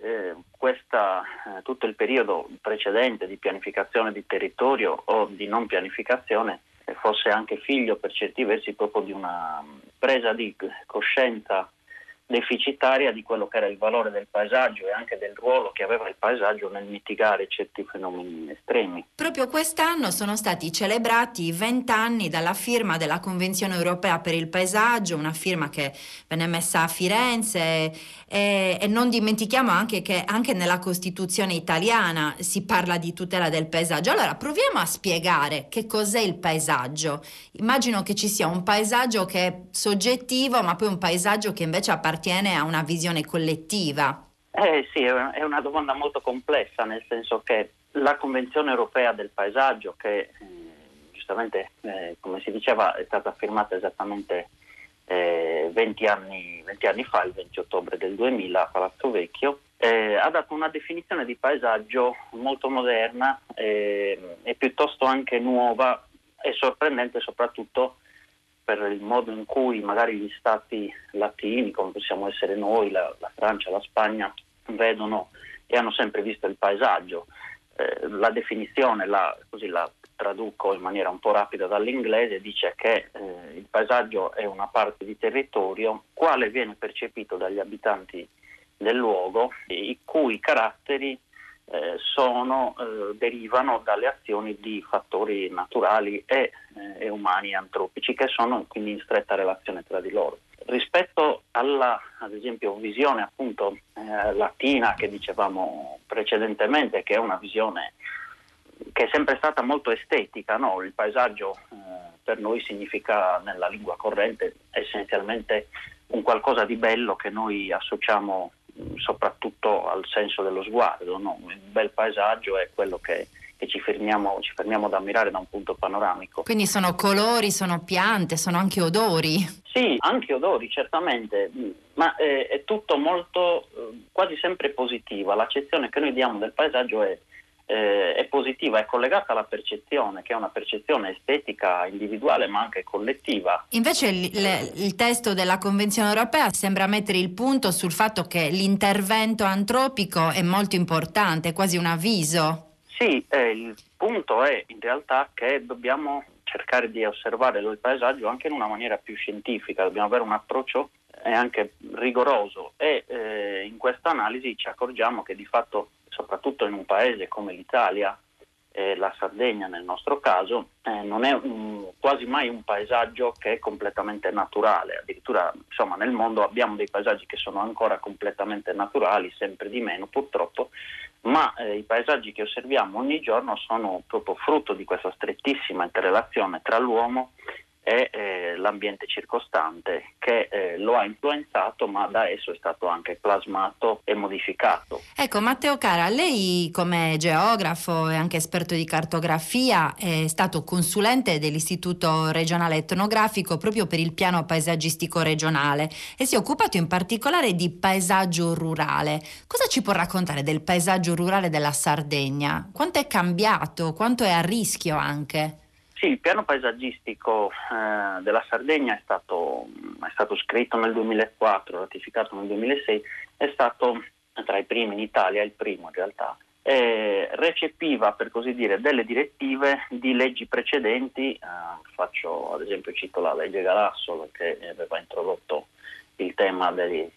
tutto il periodo precedente di pianificazione di territorio o di non pianificazione fosse anche figlio per certi versi proprio di una presa di coscienza deficitaria di quello che era il valore del paesaggio e anche del ruolo che aveva il paesaggio nel mitigare certi fenomeni estremi. Proprio quest'anno sono stati celebrati 20 anni dalla firma della Convenzione Europea per il Paesaggio, una firma che venne messa a Firenze e non dimentichiamo anche che anche nella Costituzione italiana si parla di tutela del paesaggio. Allora proviamo a spiegare che cos'è il paesaggio. Immagino che ci sia un paesaggio che è soggettivo, ma poi un paesaggio che invece appartiene a una visione collettiva. Sì, è una domanda molto complessa, nel senso che la Convenzione Europea del Paesaggio, che giustamente, come si diceva, è stata firmata esattamente 20 anni fa, il 20 ottobre del 2000 a Palazzo Vecchio, ha dato una definizione di paesaggio molto moderna e piuttosto anche nuova e sorprendente, soprattutto per il modo in cui magari gli stati latini, come possiamo essere noi, la Francia, la Spagna, vedono e hanno sempre visto il paesaggio. La definizione, così la traduco in maniera un po' rapida dall'inglese, dice che il paesaggio è una parte di territorio quale viene percepito dagli abitanti del luogo, i cui caratteri derivano dalle azioni di fattori naturali e umani antropici, che sono quindi in stretta relazione tra di loro. Rispetto alla, ad esempio, visione appunto latina che dicevamo precedentemente, che è una visione che è sempre stata molto estetica, no? Il paesaggio per noi significa, nella lingua corrente, essenzialmente un qualcosa di bello che noi associamo soprattutto al senso dello sguardo, no? Un bel paesaggio è quello che ci fermiamo ad ammirare da un punto panoramico. Quindi sono colori, sono piante, sono anche odori. Sì, anche odori, certamente, ma è tutto molto, quasi sempre positiva. L'accezione che noi diamo del paesaggio è positiva, è collegata alla percezione, che è una percezione estetica individuale ma anche collettiva. Invece il testo della Convenzione europea sembra mettere il punto sul fatto che l'intervento antropico è molto importante, è quasi un avviso. Sì, il punto è in realtà che dobbiamo cercare di osservare il paesaggio anche in una maniera più scientifica, dobbiamo avere un approccio anche rigoroso e in questa analisi ci accorgiamo che di fatto, soprattutto in un paese come l'Italia, la Sardegna nel nostro caso, non è quasi mai un paesaggio che è completamente naturale. Addirittura insomma nel mondo abbiamo dei paesaggi che sono ancora completamente naturali, sempre di meno purtroppo, ma i paesaggi che osserviamo ogni giorno sono proprio frutto di questa strettissima interrelazione tra l'uomo e l'ambiente circostante che lo ha influenzato, ma da esso è stato anche plasmato e modificato. Ecco, Matteo Cara, lei come geografo e anche esperto di cartografia è stato consulente dell'Istituto Regionale Etnografico proprio per il piano paesaggistico regionale e si è occupato in particolare di paesaggio rurale. Cosa ci può raccontare del paesaggio rurale della Sardegna? Quanto è cambiato? Quanto è a rischio anche? Sì, il piano paesaggistico della Sardegna è stato scritto nel 2004, ratificato nel 2006, è stato tra i primi in Italia, il primo in realtà. Recepiva, per così dire, delle direttive di leggi precedenti, ad esempio cito la legge Galassolo che aveva introdotto il tema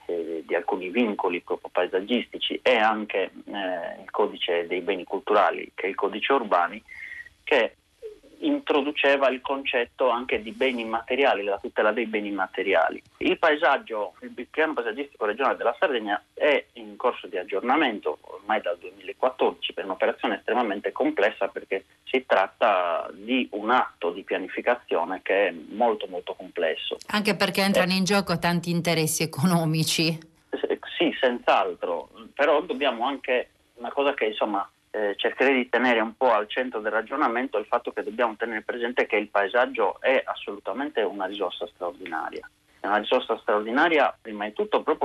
di alcuni vincoli proprio paesaggistici e anche il codice dei beni culturali, che è il codice urbani, che introduceva il concetto anche di beni immateriali, la tutela dei beni immateriali. Il piano paesaggistico regionale della Sardegna è in corso di aggiornamento ormai dal 2014 per un'operazione estremamente complessa, perché si tratta di un atto di pianificazione che è molto molto complesso. Anche perché entrano in gioco tanti interessi economici. Sì, senz'altro, però dobbiamo anche, una cosa che insomma cercherei di tenere un po' al centro del ragionamento, è il fatto che dobbiamo tenere presente che il paesaggio è assolutamente una risorsa straordinaria. È una risorsa straordinaria prima di tutto proprio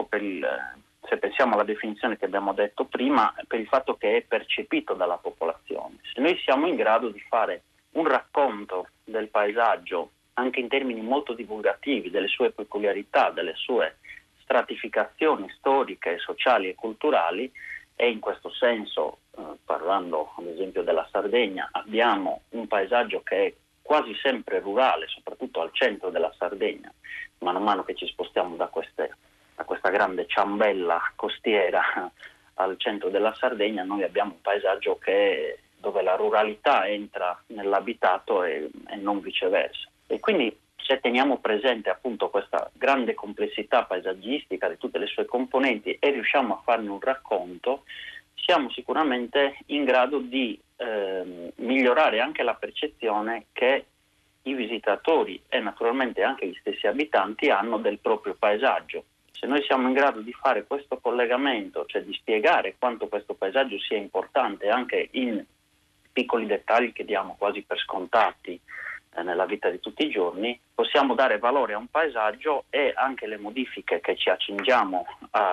se pensiamo alla definizione che abbiamo detto prima, per il fatto che è percepito dalla popolazione. Se noi siamo in grado di fare un racconto del paesaggio anche in termini molto divulgativi, delle sue peculiarità, delle sue stratificazioni storiche, sociali e culturali, e in questo senso, parlando ad esempio della Sardegna, abbiamo un paesaggio che è quasi sempre rurale, soprattutto al centro della Sardegna. Man mano che ci spostiamo da questa grande ciambella costiera al centro della Sardegna, noi abbiamo un paesaggio dove la ruralità entra nell'abitato e non viceversa. E quindi, se teniamo presente appunto questa grande complessità paesaggistica di tutte le sue componenti e riusciamo a farne un racconto, siamo sicuramente in grado di migliorare anche la percezione che i visitatori e naturalmente anche gli stessi abitanti hanno del proprio paesaggio. Se noi siamo in grado di fare questo collegamento, cioè di spiegare quanto questo paesaggio sia importante anche in piccoli dettagli che diamo quasi per scontati nella vita di tutti i giorni, possiamo dare valore a un paesaggio, e anche le modifiche che ci accingiamo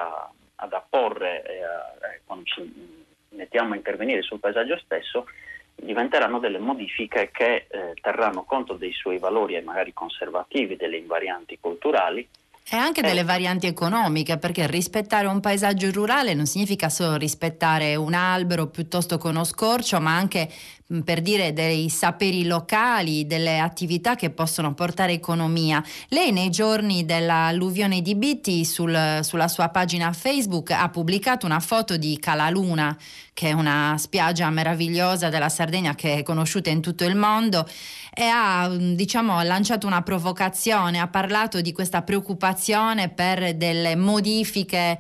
ad apporre quando ci mettiamo a intervenire sul paesaggio stesso diventeranno delle modifiche che terranno conto dei suoi valori magari conservativi, delle invarianti culturali, E anche delle varianti economiche, perché rispettare un paesaggio rurale non significa solo rispettare un albero piuttosto che uno scorcio, ma anche, per dire, dei saperi locali, delle attività che possono portare economia. Lei nei giorni dell'alluvione di Bitti sulla sua pagina Facebook ha pubblicato una foto di Cala Luna, che è una spiaggia meravigliosa della Sardegna che è conosciuta in tutto il mondo, e ha lanciato una provocazione, ha parlato di questa preoccupazione per delle modifiche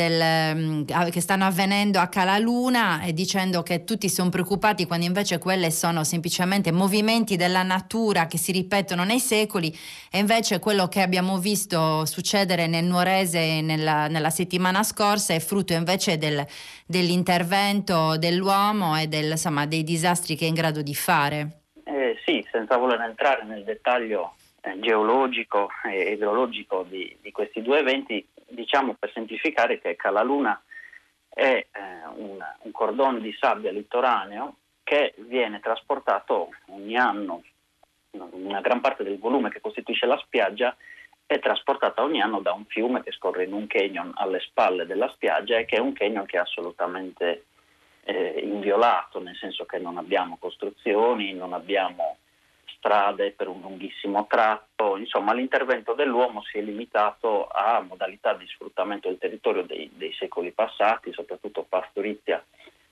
che stanno avvenendo a Cala Luna, e dicendo che tutti sono preoccupati quando invece quelle sono semplicemente movimenti della natura che si ripetono nei secoli, e invece quello che abbiamo visto succedere nel Nuorese nella settimana scorsa è frutto invece dell'intervento dell'uomo e dei disastri che è in grado di fare. Sì, senza voler entrare nel dettaglio geologico e idrologico di questi due eventi, diciamo per semplificare che Cala Luna è un cordone di sabbia litoraneo che viene trasportato ogni anno. Una gran parte del volume che costituisce la spiaggia è trasportata ogni anno da un fiume che scorre in un canyon alle spalle della spiaggia, e che è un canyon che è assolutamente inviolato, nel senso che non abbiamo costruzioni, non abbiamo strade per un lunghissimo tratto. Insomma, l'intervento dell'uomo si è limitato a modalità di sfruttamento del territorio dei secoli passati, soprattutto pastorizia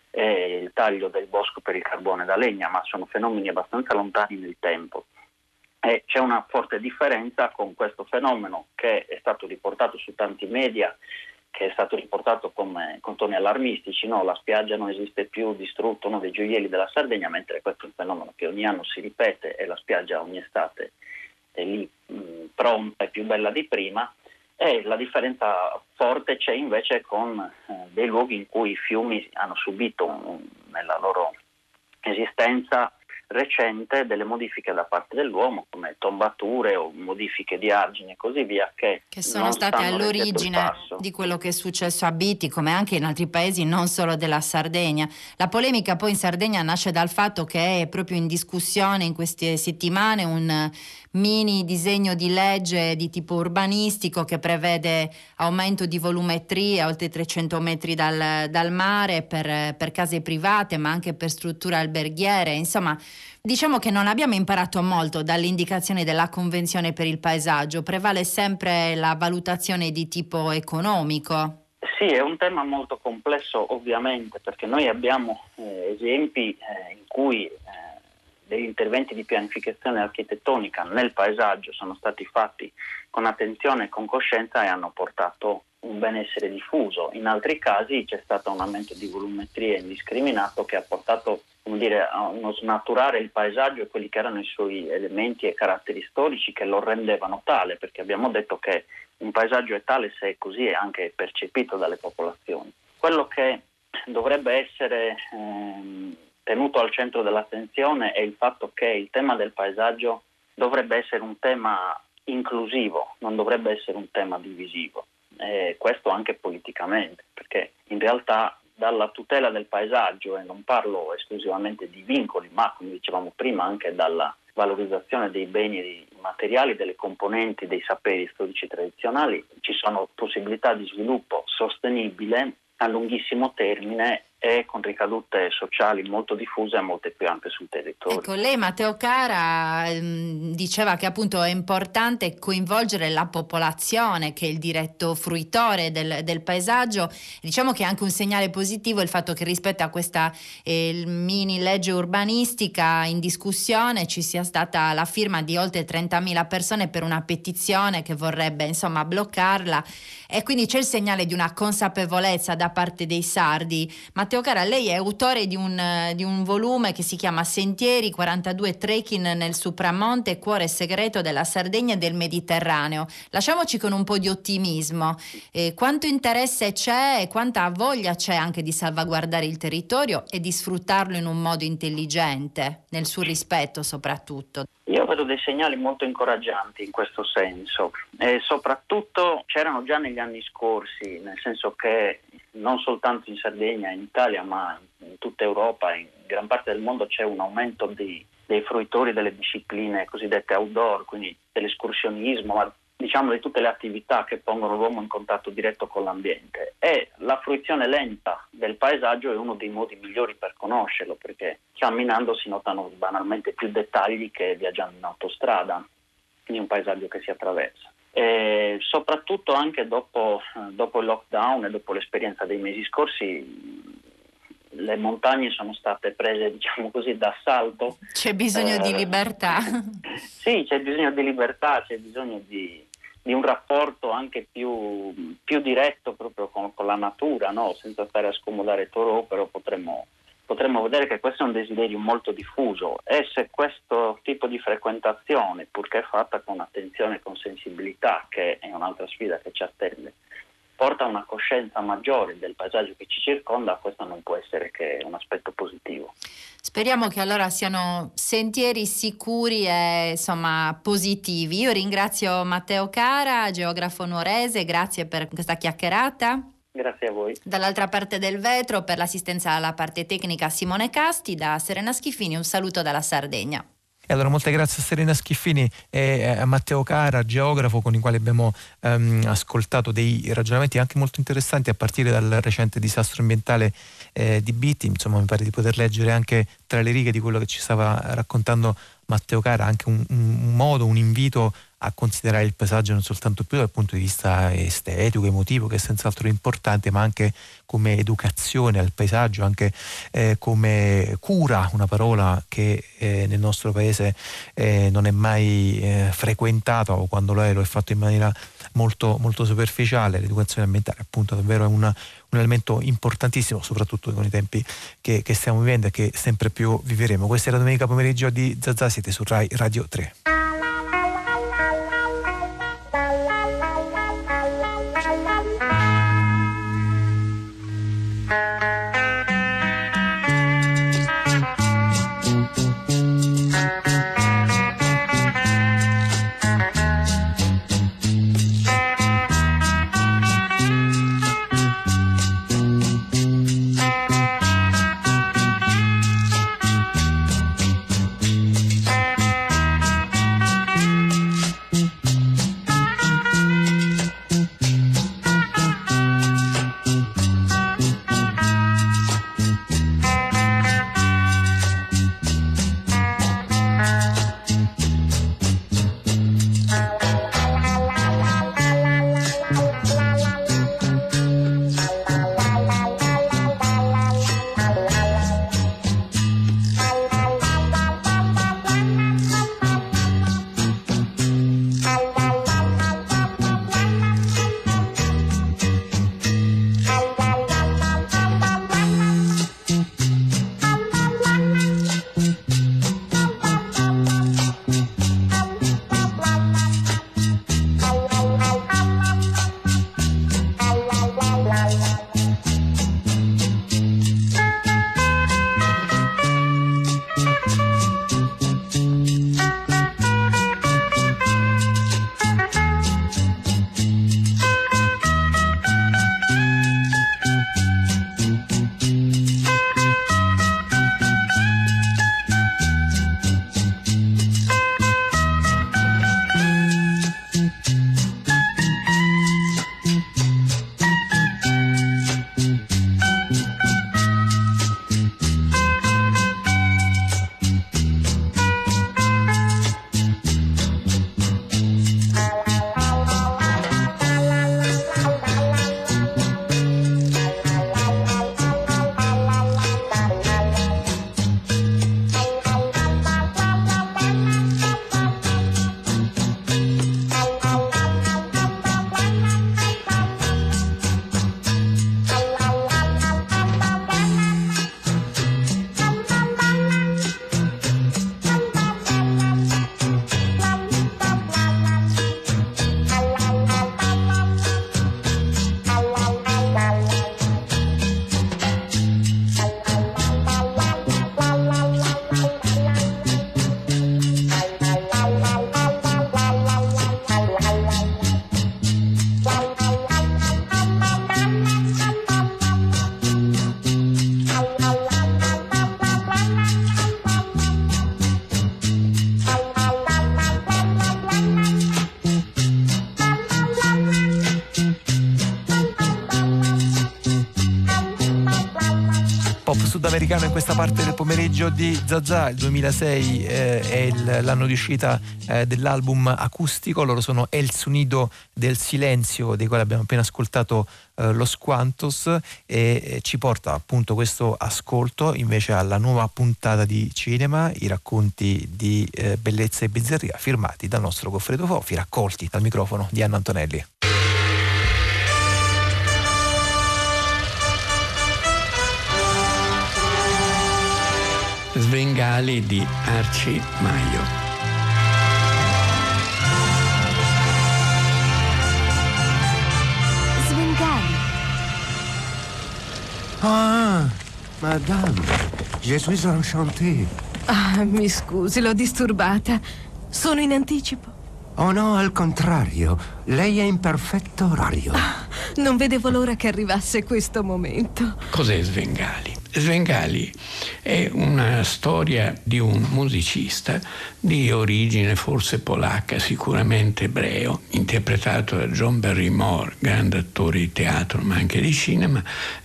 e il taglio del bosco per il carbone da legna, ma sono fenomeni abbastanza lontani nel tempo. E c'è una forte differenza con questo fenomeno, che è stato riportato su tanti media, che è stato riportato con toni allarmistici, no? La spiaggia non esiste più, distrutto uno dei gioielli della Sardegna, mentre questo è un fenomeno che ogni anno si ripete e la spiaggia ogni estate è lì pronta e più bella di prima. E la differenza forte c'è invece con dei luoghi in cui i fiumi hanno subito nella loro esistenza recente delle modifiche da parte dell'uomo, come tombature o modifiche di argini e così via, che sono state all'origine di quello che è successo a Bitti, come anche in altri paesi, non solo della Sardegna. La polemica poi in Sardegna nasce dal fatto che è proprio in discussione in queste settimane un mini disegno di legge di tipo urbanistico che prevede aumento di volumetrie a oltre 300 metri dal mare per case private, ma anche per strutture alberghiere. Insomma, diciamo che non abbiamo imparato molto dalle indicazioni della Convenzione per il paesaggio, prevale sempre la valutazione di tipo economico. Sì, è un tema molto complesso ovviamente, perché noi abbiamo esempi in cui degli interventi di pianificazione architettonica nel paesaggio sono stati fatti con attenzione e con coscienza e hanno portato un benessere diffuso. In altri casi c'è stato un aumento di volumetria indiscriminato che ha portato, come dire, a uno snaturare il paesaggio e quelli che erano i suoi elementi e caratteri storici che lo rendevano tale, perché abbiamo detto che un paesaggio è tale se è così è anche percepito dalle popolazioni. Quello che dovrebbe essere tenuto al centro dell'attenzione è il fatto che il tema del paesaggio dovrebbe essere un tema inclusivo, non dovrebbe essere un tema divisivo, questo anche politicamente, perché in realtà dalla tutela del paesaggio, e non parlo esclusivamente di vincoli, ma come dicevamo prima anche dalla valorizzazione dei beni materiali, delle componenti, dei saperi storici tradizionali, ci sono possibilità di sviluppo sostenibile a lunghissimo termine e con ricadute sociali molto diffuse e molte più ampie sul territorio. Ecco, lei Matteo Cara diceva che appunto è importante coinvolgere la popolazione, che è il diretto fruitore del paesaggio. Diciamo che è anche un segnale positivo il fatto che rispetto a questa mini legge urbanistica in discussione ci sia stata la firma di oltre 30.000 persone per una petizione che vorrebbe insomma bloccarla, e quindi c'è il segnale di una consapevolezza da parte dei sardi. Matteo Cara, lei è autore di un volume che si chiama Sentieri, 42 trekking nel Supramonte, cuore segreto della Sardegna e del Mediterraneo. Lasciamoci con un po' di ottimismo. Quanto interesse c'è e quanta voglia c'è anche di salvaguardare il territorio e di sfruttarlo in un modo intelligente, nel suo rispetto soprattutto? Io vedo dei segnali molto incoraggianti in questo senso, e soprattutto c'erano già negli anni scorsi, nel senso che non soltanto in Sardegna, in Italia, ma in tutta Europa, in gran parte del mondo c'è un aumento dei fruitori delle discipline cosiddette outdoor, quindi dell'escursionismo, ma diciamo, di tutte le attività che pongono l'uomo in contatto diretto con l'ambiente, e la fruizione lenta del paesaggio è uno dei modi migliori per conoscerlo, perché camminando si notano banalmente più dettagli che viaggiando in autostrada di un paesaggio che si attraversa. E soprattutto anche dopo il lockdown e dopo l'esperienza dei mesi scorsi, le montagne sono state prese, diciamo così, d'assalto. C'è bisogno di libertà. Sì, c'è bisogno di libertà, c'è bisogno di un rapporto anche più diretto proprio con la natura, no? Senza stare a scomodare Thoreau, però potremmo vedere che questo è un desiderio molto diffuso, e se questo tipo di frequentazione, purché fatta con attenzione e con sensibilità, che è un'altra sfida che ci attende, porta a una coscienza maggiore del paesaggio che ci circonda, questo non può essere che un aspetto positivo. Speriamo che allora siano sentieri sicuri e insomma positivi. Io ringrazio Matteo Cara, geografo nuorese, grazie per questa chiacchierata. Grazie a voi. Dall'altra parte del vetro, per l'assistenza alla parte tecnica, Simone Casti. Da Serena Schiffini un saluto dalla Sardegna. E allora molte grazie a Serena Schiffini e a Matteo Cara, geografo, con i quali abbiamo ascoltato dei ragionamenti anche molto interessanti a partire dal recente disastro ambientale di Bitti. Insomma, mi pare di poter leggere anche tra le righe di quello che ci stava raccontando Matteo Cara anche un modo, un invito a considerare il paesaggio non soltanto più dal punto di vista estetico, emotivo, che è senz'altro importante, ma anche come educazione al paesaggio, anche come cura, una parola che nel nostro paese non è mai frequentata, o quando lo è fatto in maniera molto, molto superficiale. L'educazione ambientale appunto davvero è un elemento importantissimo, soprattutto con i tempi che stiamo vivendo e che sempre più vivremo. Questa è la domenica pomeriggio di Zazà, siete su Rai Radio 3. sudamericano in questa parte del pomeriggio di Zazà. Il 2006 è l'anno di uscita dell'album acustico. Loro sono El Sonido del Silenzio, dei quali abbiamo appena ascoltato Los Cuantos, e ci porta appunto questo ascolto invece alla nuova puntata di cinema, i racconti di bellezza e bizzarria firmati dal nostro Goffredo Fofi, raccolti dal microfono di Anna Antonelli. Svengali di Arci Maio. Svengali. Ah, madame, je suis enchanté. Ah, mi scusi, l'ho disturbata. Sono in anticipo. Oh no, al contrario, lei è in perfetto orario. Non vedevo l'ora che arrivasse questo momento. Cos'è Svengali? Svengali è una storia di un musicista di origine forse polacca, sicuramente ebreo, interpretato da John Barrymore, grande attore di teatro ma anche di cinema,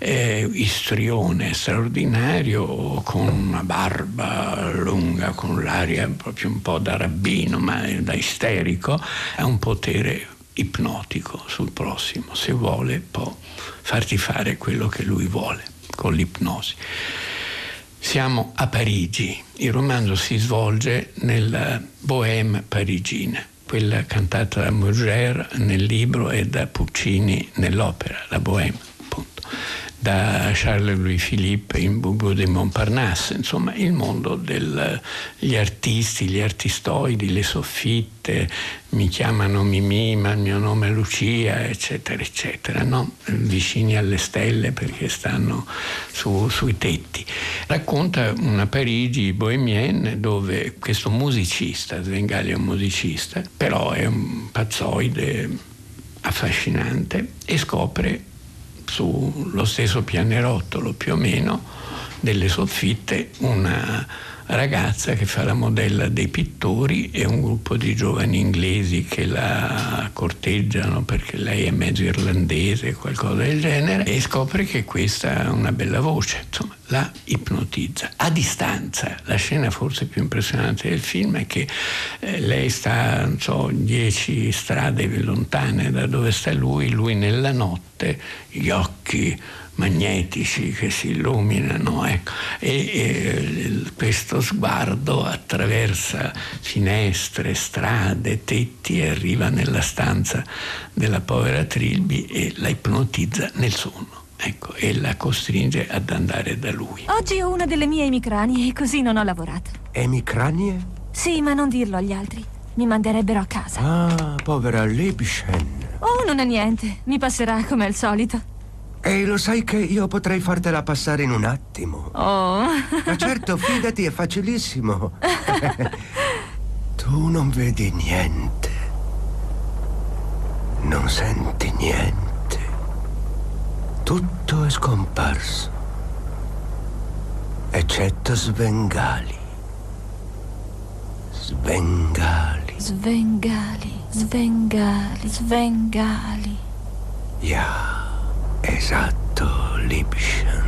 istrione straordinario, con una barba lunga, con l'aria proprio un po' da rabbino ma da isterico, ha un potere ipnotico sul prossimo. Se vuole può farti fare quello che lui vuole con l'ipnosi. Siamo a Parigi. Il romanzo si svolge nella Bohème parigina, quella cantata da Murger nel libro e da Puccini nell'opera, la Bohème, appunto, da Charles-Louis Philippe in Bubu de Montparnasse, insomma il mondo degli artisti, gli artistoidi, le soffitte, mi chiamano Mimì ma il mio nome è Lucia, eccetera eccetera, no? Vicini alle stelle perché stanno sui tetti. Racconta una Parigi bohemienne dove questo musicista, Svengali è un musicista, però è un pazzoide affascinante, e scopre sullo stesso pianerottolo più o meno delle soffitte una ragazza che fa la modella dei pittori e un gruppo di giovani inglesi che la corteggiano perché lei è mezzo irlandese, qualcosa del genere, e scopre che questa ha una bella voce, insomma la ipnotizza a distanza. La scena forse più impressionante del film è che lei sta, non so, 10 strade lontane da dove sta lui nella notte, gli occhi magnetici che si illuminano, ecco, e questo sguardo attraversa finestre, strade, tetti e arriva nella stanza della povera Trilby e la ipnotizza nel sonno. Ecco, e la costringe ad andare da lui. Oggi ho una delle mie emicranie e così non ho lavorato. Emicranie? Sì, ma non dirlo agli altri. Mi manderebbero a casa. Ah, povera Liebchen. Oh, non è niente. Mi passerà come al solito. E lo sai che io potrei fartela passare in un attimo. Oh. Ma certo, fidati, è facilissimo. Tu non vedi niente. Non senti niente. Tutto è scomparso. Eccetto Svengali. Svengali. Svengali, Svengali, Svengali. Ja. Esatto, Liebchen.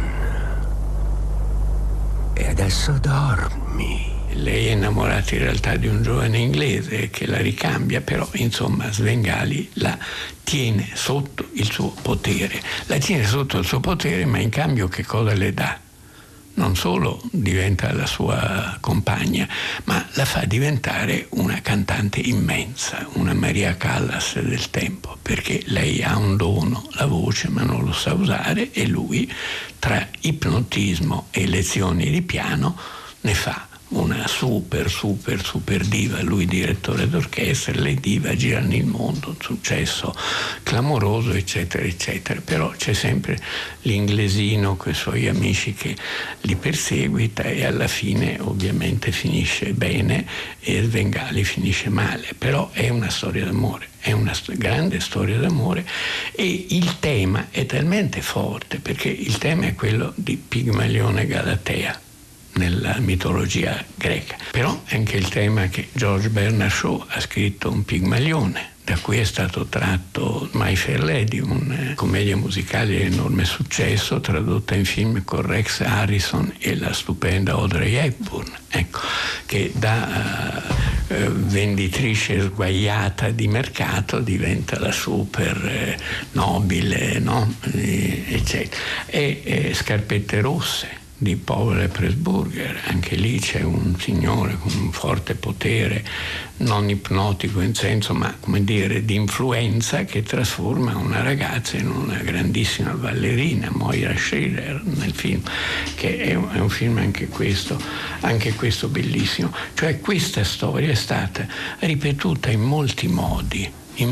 E adesso dormi. Lei è innamorata in realtà di un giovane inglese che la ricambia, però insomma Svengali la tiene sotto il suo potere. La tiene sotto il suo potere, ma in cambio che cosa le dà? Non solo diventa la sua compagna, ma la fa diventare una cantante immensa, una Maria Callas del tempo, perché lei ha un dono, la voce, ma non lo sa usare, e lui, tra ipnotismo e lezioni di piano, ne fa una super diva, lui direttore d'orchestra, le dive girano il mondo, un successo clamoroso, eccetera eccetera. Però c'è sempre l'inglesino con i suoi amici che li perseguita e alla fine ovviamente finisce bene e Svengali finisce male, però è una storia d'amore. È una grande storia d'amore e il tema è talmente forte, perché il tema è quello di Pigmalione e Galatea nella mitologia greca. Però è anche il tema che George Bernard Shaw ha scritto un Pigmalione da cui è stato tratto My Fair Lady, una commedia musicale di enorme successo, tradotta in film con Rex Harrison e la stupenda Audrey Hepburn, ecco, che da venditrice sguaiata di mercato diventa la super nobile, no? Eccetera. E Scarpette rosse di Paul Pressburger, anche lì c'è un signore con un forte potere non ipnotico in senso, ma come dire di influenza, che trasforma una ragazza in una grandissima ballerina, Moira Schiller nel film, che è un film anche questo bellissimo. Cioè questa storia è stata ripetuta in molti modi,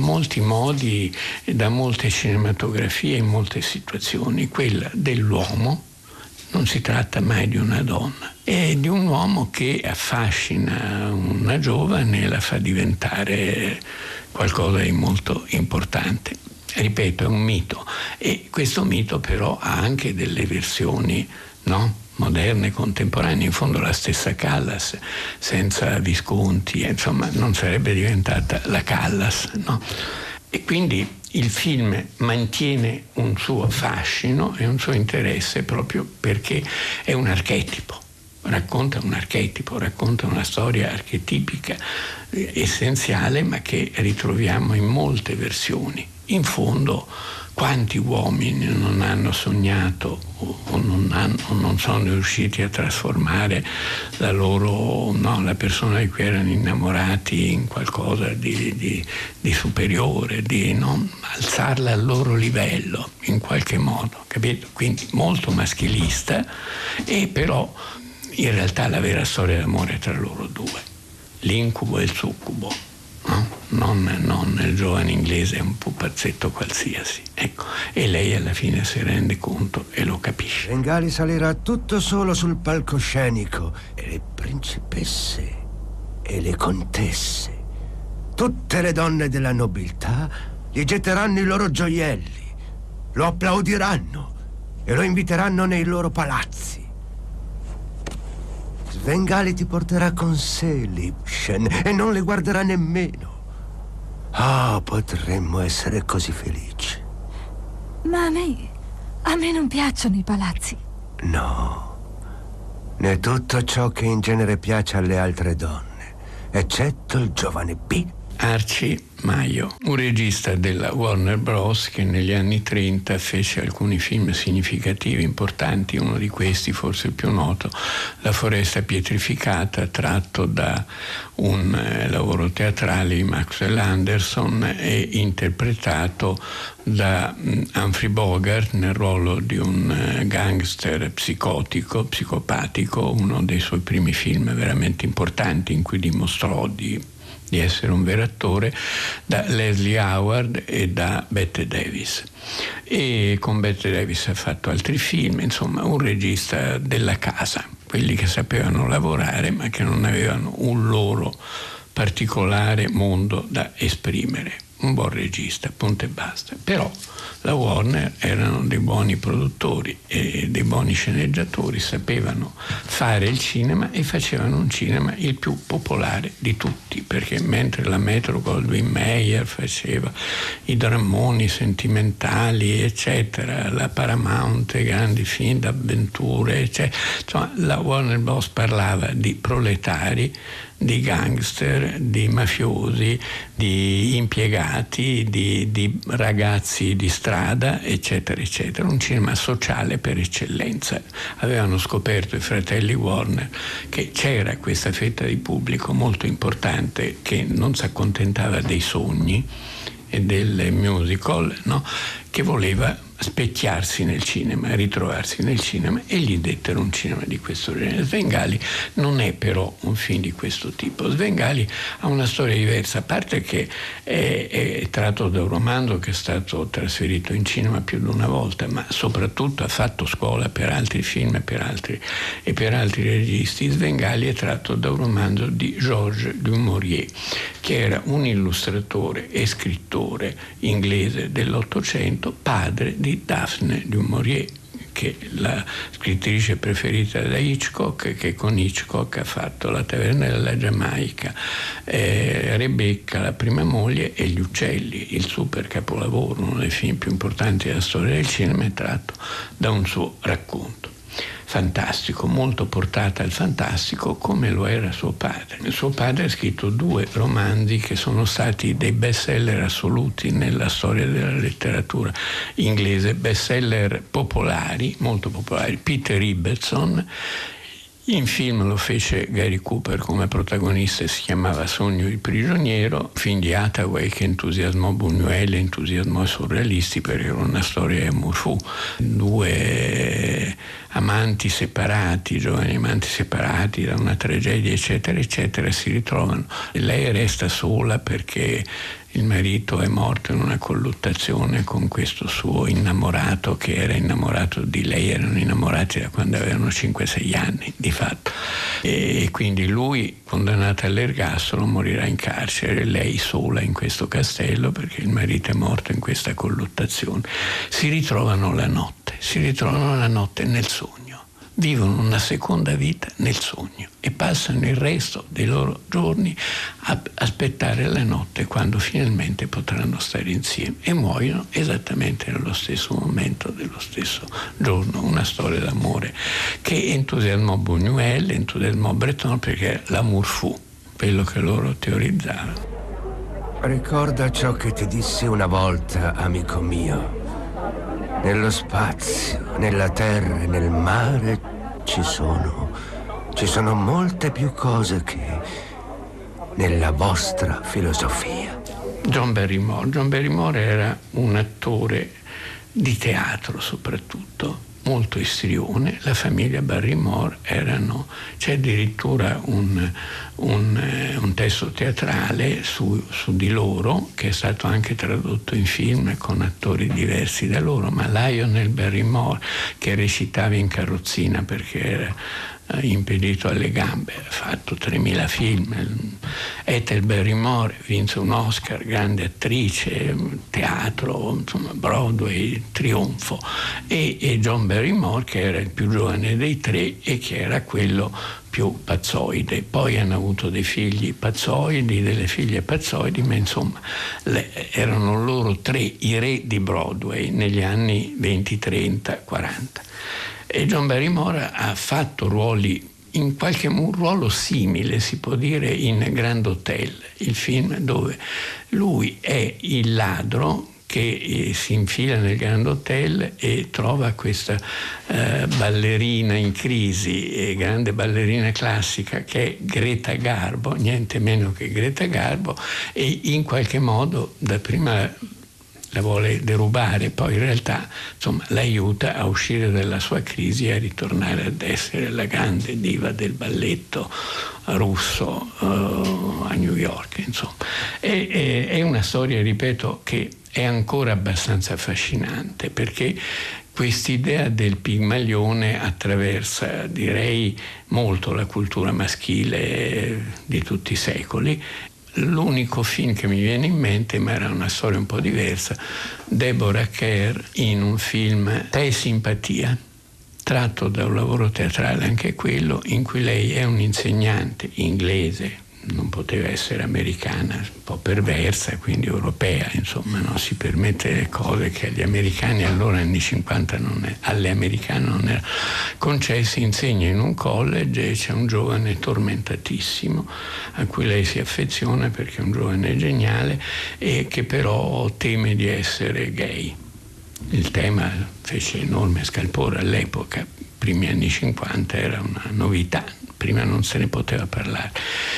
da molte cinematografie, in molte situazioni. Quella dell'uomo, non si tratta mai di una donna, è di un uomo che affascina una giovane e la fa diventare qualcosa di molto importante. Ripeto, è un mito, e questo mito però ha anche delle versioni, no? Moderne, contemporanee. In fondo la stessa Callas senza Visconti, insomma, non sarebbe diventata la Callas, no? E quindi il film mantiene un suo fascino e un suo interesse proprio perché è un archetipo, racconta una storia archetipica essenziale, ma che ritroviamo in molte versioni. In fondo, quanti uomini non hanno sognato o non sono riusciti a trasformare la persona di cui erano innamorati in qualcosa di superiore, di alzarla al loro livello in qualche modo, capito? Quindi molto maschilista, e però in realtà la vera storia d'amore è tra loro due, l'incubo e il succubo. No? Non il giovane inglese è un pupazzetto qualsiasi, ecco, e lei alla fine si rende conto e lo capisce. Svengali salirà tutto solo sul palcoscenico, e le principesse e le contesse, tutte le donne della nobiltà, gli getteranno i loro gioielli, lo applaudiranno e lo inviteranno nei loro palazzi. Svengali ti porterà con sé, Lipschen, e non le guarderà nemmeno. Ah, potremmo essere così felici. Ma a me non piacciono i palazzi. No, né tutto ciò che in genere piace alle altre donne, eccetto il giovane B. Archie Maio, un regista della Warner Bros. Che negli anni 30 fece alcuni film significativi, importanti. Uno di questi, forse il più noto, La foresta pietrificata, tratto da un lavoro teatrale di Maxwell Anderson e interpretato da Humphrey Bogart nel ruolo di un gangster psicopatico, uno dei suoi primi film veramente importanti in cui dimostrò di essere un vero attore, da Leslie Howard e da Bette Davis. E con Bette Davis ha fatto altri film, insomma un regista della casa, quelli che sapevano lavorare ma che non avevano un loro particolare mondo da esprimere. Un buon regista, punto e basta. Però la Warner erano dei buoni produttori e dei buoni sceneggiatori, sapevano fare il cinema e facevano un cinema il più popolare di tutti, perché mentre la Metro-Goldwyn-Mayer faceva i drammoni sentimentali, eccetera, la Paramount, grandi film d'avventure, eccetera, insomma, la Warner Bros. Parlava di proletari, di gangster, di mafiosi, di impiegati, di ragazzi di strada, eccetera, eccetera. Un cinema sociale per eccellenza. Avevano scoperto i fratelli Warner che c'era questa fetta di pubblico molto importante che non si accontentava dei sogni e del musical, no? Che voleva specchiarsi nel cinema, ritrovarsi nel cinema, e gli dettero un cinema di questo genere. Svengali non è però un film di questo tipo. Svengali ha una storia diversa, a parte che è tratto da un romanzo che è stato trasferito in cinema più di una volta, ma soprattutto ha fatto scuola per altri film e per altri registi. Svengali è tratto da un romanzo di Georges du Maurier, che era un illustratore e scrittore inglese dell'Ottocento, padre di Daphne du Maurier, che è la scrittrice preferita da Hitchcock, che con Hitchcock ha fatto La taverna della Giamaica, Rebecca, la prima moglie, e Gli uccelli, il super capolavoro, uno dei film più importanti della storia del cinema, è tratto da un suo racconto. Fantastico, molto portata al fantastico, come lo era suo padre. Suo padre ha scritto 2 romanzi che sono stati dei bestseller assoluti nella storia della letteratura inglese, bestseller popolari, molto popolari. Peter Ibbotson, in film lo fece Gary Cooper come protagonista e si chiamava Sogno il prigioniero, film di Hathaway che entusiasmò Buñuel, entusiasmò i surrealisti perché era una storia di amour fou. 2 amanti separati, giovani amanti separati da una tragedia eccetera eccetera, si ritrovano. Lei resta sola perché il marito è morto in una colluttazione con questo suo innamorato che era innamorato di lei, erano innamorati da quando avevano 5-6 anni di fatto, e quindi lui, condannato all'ergastolo, morirà in carcere, lei sola in questo castello perché il marito è morto in questa colluttazione. Si ritrovano la notte nel sogno, vivono una seconda vita nel sogno e passano il resto dei loro giorni a aspettare la notte quando finalmente potranno stare insieme, e muoiono esattamente nello stesso momento dello stesso giorno. Una storia d'amore che entusiasmò Buñuel, entusiasmò Breton, perché l'amour fu quello che loro teorizzavano. Ricorda ciò che ti dissi una volta, amico mio. Nello spazio, nella terra e nel mare ci sono molte più cose che nella vostra filosofia. John Barrymore era un attore di teatro soprattutto, molto istrione. La famiglia Barrymore c'è addirittura un testo teatrale su di loro che è stato anche tradotto in film con attori diversi da loro, ma Lionel Barrymore, che recitava in carrozzina perché era impedito alle gambe, ha fatto 3.000 film. Ethel Barrymore vinse un Oscar, grande attrice, teatro, insomma, Broadway, trionfo, e John Barrymore, che era il più giovane dei 3 e che era quello più pazzoide. Poi hanno avuto dei figli pazzoidi, delle figlie pazzoidi, ma insomma erano loro 3 i re di Broadway negli anni 20, 30, 40. E John Barrymore ha fatto ruoli, un ruolo simile, si può dire, in Grand Hotel, il film dove lui è il ladro che si infila nel Grand Hotel e trova questa ballerina in crisi, grande ballerina classica, che è Greta Garbo, niente meno che Greta Garbo, e in qualche modo dapprima la vuole derubare, poi in realtà l'aiuta a uscire dalla sua crisi e a ritornare ad essere la grande diva del balletto russo a New York, insomma. È una storia, ripeto, che è ancora abbastanza affascinante, perché quest'idea del Pigmalione attraversa, direi, molto la cultura maschile di tutti i secoli. L'unico film che mi viene in mente, ma era una storia un po' diversa, Deborah Kerr in un film Te simpatia, tratto da un lavoro teatrale anche quello, in cui lei è un'insegnante inglese, non poteva essere americana, un po' perversa, quindi europea, insomma, non si permette le cose che agli americani allora, anni 50, alle americane non erano concesse. Insegna in un college e c'è un giovane tormentatissimo a cui lei si affeziona perché è un giovane geniale e che però teme di essere gay. Il tema fece enorme scalpore all'epoca, primi anni 50 era una novità, prima non se ne poteva parlare,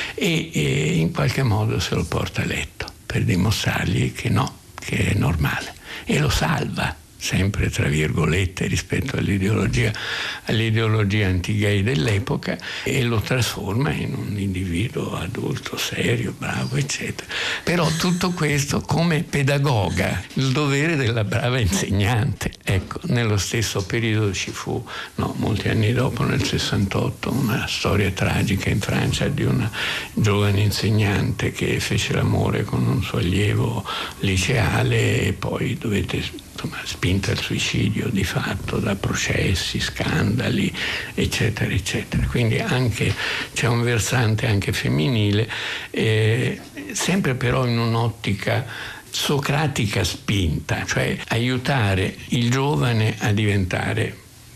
e in qualche modo se lo porta a letto per dimostrargli che no, che è normale, e lo salva, sempre tra virgolette, rispetto all'ideologia anti-gay dell'epoca, e lo trasforma in un individuo adulto, serio, bravo, eccetera. Però tutto questo come pedagoga, il dovere della brava insegnante. Ecco, nello stesso periodo ci fu, molti anni dopo, nel 68, una storia tragica in Francia di una giovane insegnante che fece l'amore con un suo allievo liceale e poi spinta al suicidio di fatto da processi, scandali, eccetera, eccetera. Quindi anche c'è un versante anche femminile, sempre però in un'ottica socratica spinta, cioè aiutare il giovane a diventare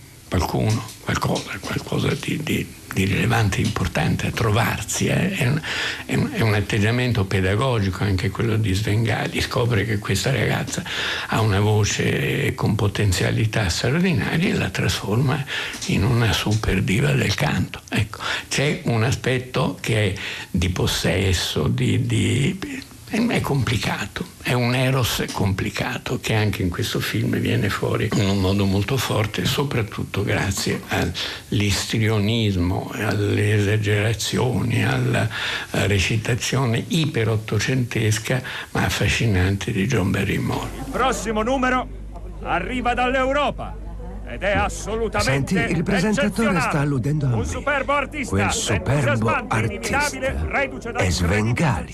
qualcosa di rilevante, importante, a trovarsi. È un atteggiamento pedagogico anche quello di Svengali. Scopre che questa ragazza ha una voce con potenzialità straordinarie e la trasforma in una super diva del canto. Ecco, c'è un aspetto che è di possesso, è complicato, è un eros complicato che anche in questo film viene fuori in un modo molto forte, soprattutto grazie all'istrionismo, alle esagerazioni, alla recitazione iperottocentesca ma affascinante di John Barrymore. Il prossimo numero arriva dall'Europa ed è assolutamente Senti, il presentatore sta alludendo a me. Un superbo artista, Quel superbo artista è Svengali.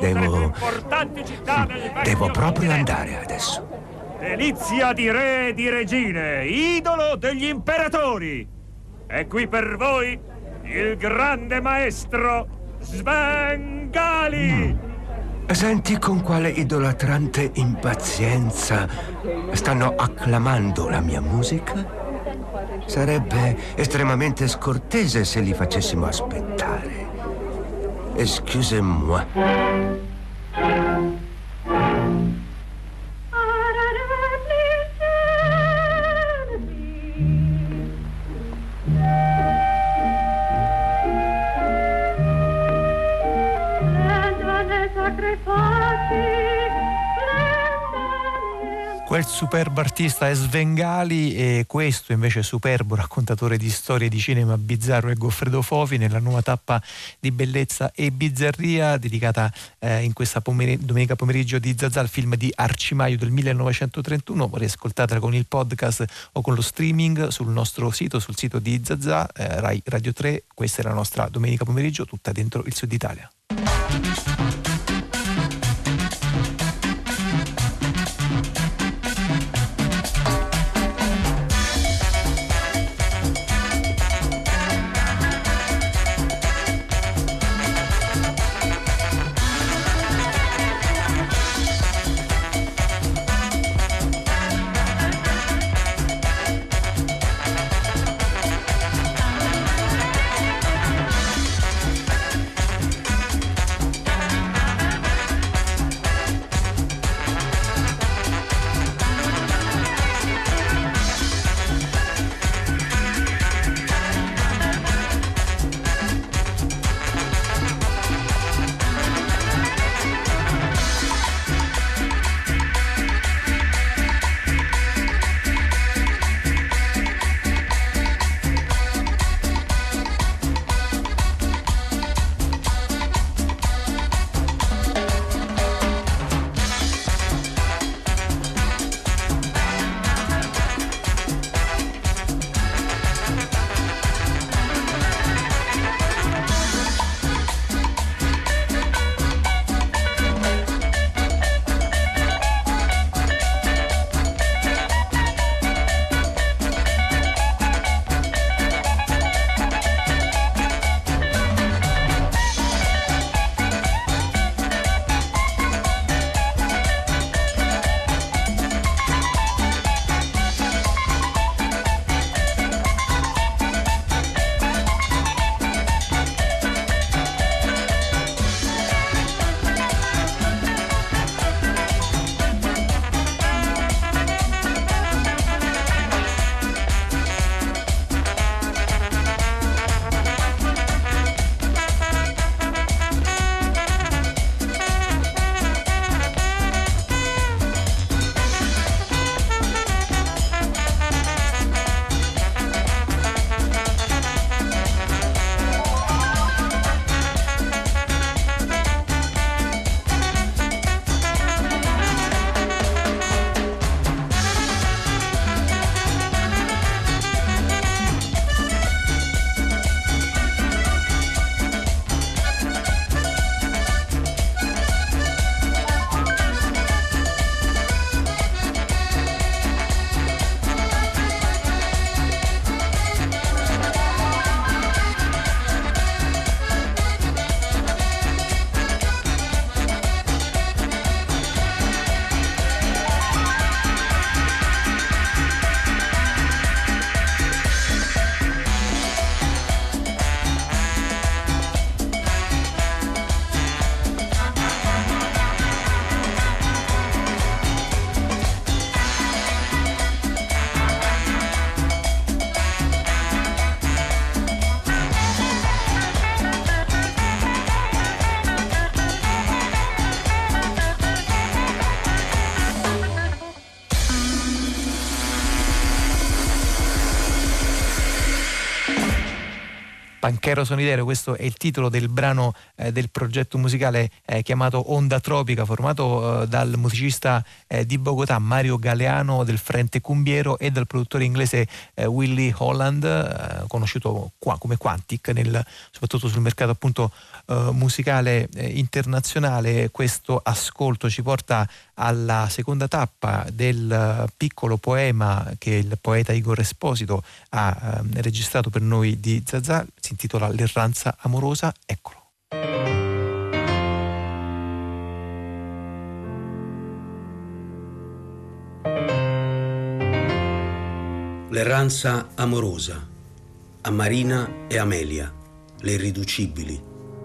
Devo proprio andare adesso. Delizia di re e di regine, idolo degli imperatori. È qui per voi il grande maestro Svengali. Senti con quale idolatrante impazienza stanno acclamando la mia musica? Sarebbe estremamente scortese se li facessimo aspettare. Excusez-moi. Quel superbo artista è Svengali e questo invece superbo raccontatore di storie di cinema bizzarro è Goffredo Fofi nella nuova tappa di Bellezza e Bizzarria dedicata in questa domenica pomeriggio di Zazà al film di Arcimaio del 1931. Riascoltatela con il podcast o con lo streaming sul nostro sito, sul sito di Zazà, Rai Radio 3. Questa è la nostra domenica pomeriggio tutta dentro il Sud Italia. Panchero Sonidero, questo è il titolo del brano del progetto musicale chiamato Onda Tropica, formato dal musicista di Bogotà Mario Galeano del Frente Cumbiero e dal produttore inglese Willie Holland, conosciuto qua come Quantic, soprattutto sul mercato appunto musicale internazionale. Questo ascolto ci porta alla seconda tappa del piccolo poema che il poeta Igor Esposito ha registrato per noi di Zazà. Si intitola L'erranza amorosa. Eccolo. L'erranza amorosa, a Marina e Amelia, le irriducibili.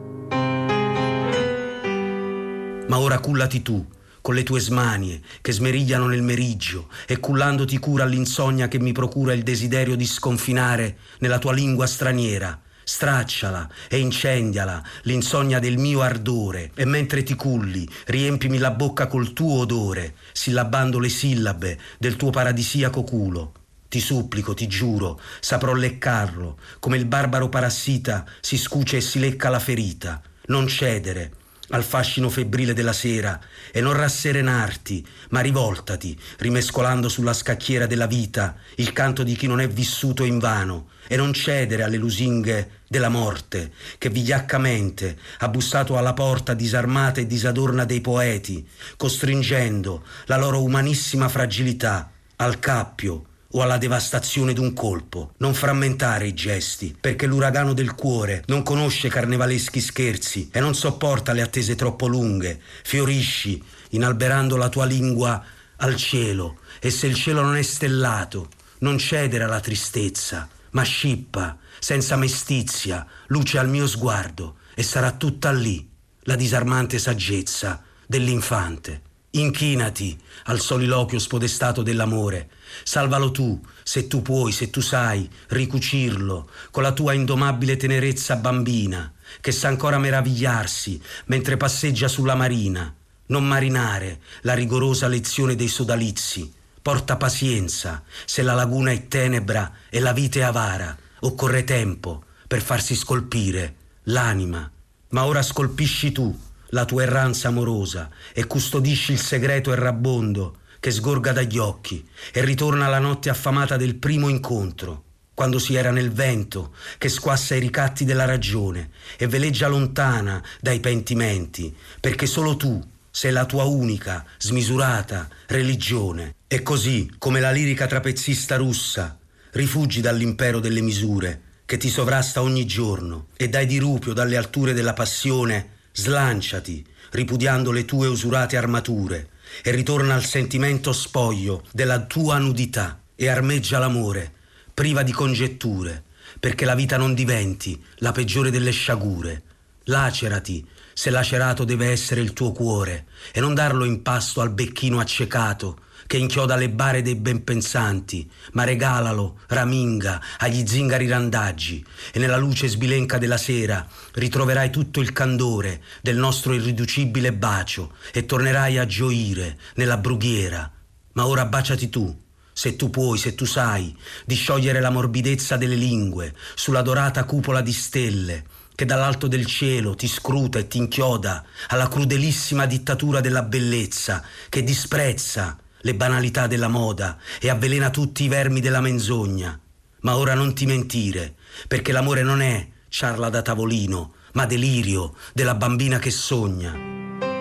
Ma ora cullati tu, con le tue smanie che smerigliano nel meriggio, e cullandoti cura all'insonnia che mi procura il desiderio di sconfinare nella tua lingua straniera. Stracciala e incendiala, l'insonnia del mio ardore, e mentre ti culli riempimi la bocca col tuo odore, sillabando le sillabe del tuo paradisiaco culo. Ti supplico, ti giuro, saprò leccarlo, come il barbaro parassita si scuce e si lecca la ferita. Non cedere al fascino febbrile della sera e non rasserenarti, ma rivoltati, rimescolando sulla scacchiera della vita il canto di chi non è vissuto invano, e non cedere alle lusinghe della morte che vigliaccamente ha bussato alla porta disarmata e disadorna dei poeti, costringendo la loro umanissima fragilità al cappio o alla devastazione d'un colpo. Non frammentare i gesti, perché l'uragano del cuore non conosce carnevaleschi scherzi e non sopporta le attese troppo lunghe. Fiorisci, inalberando la tua lingua al cielo, e se il cielo non è stellato, non cedere alla tristezza, ma scippa, senza mestizia, luce al mio sguardo, e sarà tutta lì la disarmante saggezza dell'infante. Inchinati al soliloquio spodestato dell'amore, salvalo tu, se tu puoi, se tu sai, ricucirlo con la tua indomabile tenerezza bambina, che sa ancora meravigliarsi mentre passeggia sulla marina. Non marinare la rigorosa lezione dei sodalizi, porta pazienza, se la laguna è tenebra e la vita è avara, occorre tempo per farsi scolpire l'anima. Ma ora scolpisci tu la tua erranza amorosa e custodisci il segreto errabondo che sgorga dagli occhi e ritorna alla notte affamata del primo incontro, quando si era nel vento che squassa i ricatti della ragione e veleggia lontana dai pentimenti, perché solo tu sei la tua unica, smisurata religione. E così, come la lirica trapezzista russa, rifugi dall'impero delle misure che ti sovrasta ogni giorno, e dai dirupio dalle alture della passione slanciati, ripudiando le tue usurate armature, e ritorna al sentimento spoglio della tua nudità, e armeggia l'amore, priva di congetture, perché la vita non diventi la peggiore delle sciagure. Lacerati, se lacerato deve essere il tuo cuore, e non darlo in pasto al becchino accecato che inchioda le bare dei benpensanti, ma regalalo, raminga, agli zingari randaggi, e nella luce sbilenca della sera ritroverai tutto il candore del nostro irriducibile bacio e tornerai a gioire nella brughiera. Ma ora baciati tu, se tu puoi, se tu sai, di sciogliere la morbidezza delle lingue sulla dorata cupola di stelle che dall'alto del cielo ti scruta e ti inchioda alla crudelissima dittatura della bellezza che disprezza le banalità della moda e avvelena tutti i vermi della menzogna. Ma ora non ti mentire, perché l'amore non è ciarla da tavolino, ma delirio della bambina che sogna.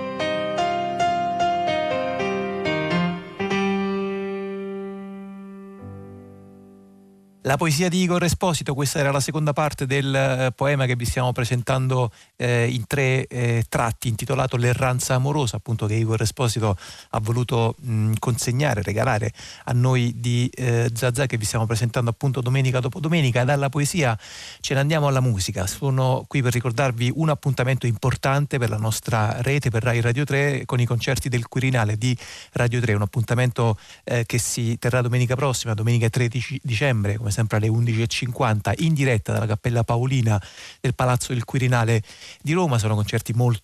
La poesia di Igor Esposito, questa era la seconda parte del poema che vi stiamo presentando in 3 tratti, intitolato L'erranza amorosa, appunto, che Igor Esposito ha voluto consegnare, regalare a noi di Zazà, che vi stiamo presentando appunto domenica dopo domenica. Dalla poesia ce ne andiamo alla musica. Sono qui per ricordarvi un appuntamento importante per la nostra rete, per Rai Radio 3, con i concerti del Quirinale di Radio 3, un appuntamento che si terrà domenica prossima, domenica 13 dicembre, come sempre alle 11.50, in diretta dalla Cappella Paolina del Palazzo del Quirinale di Roma. Sono concerti molto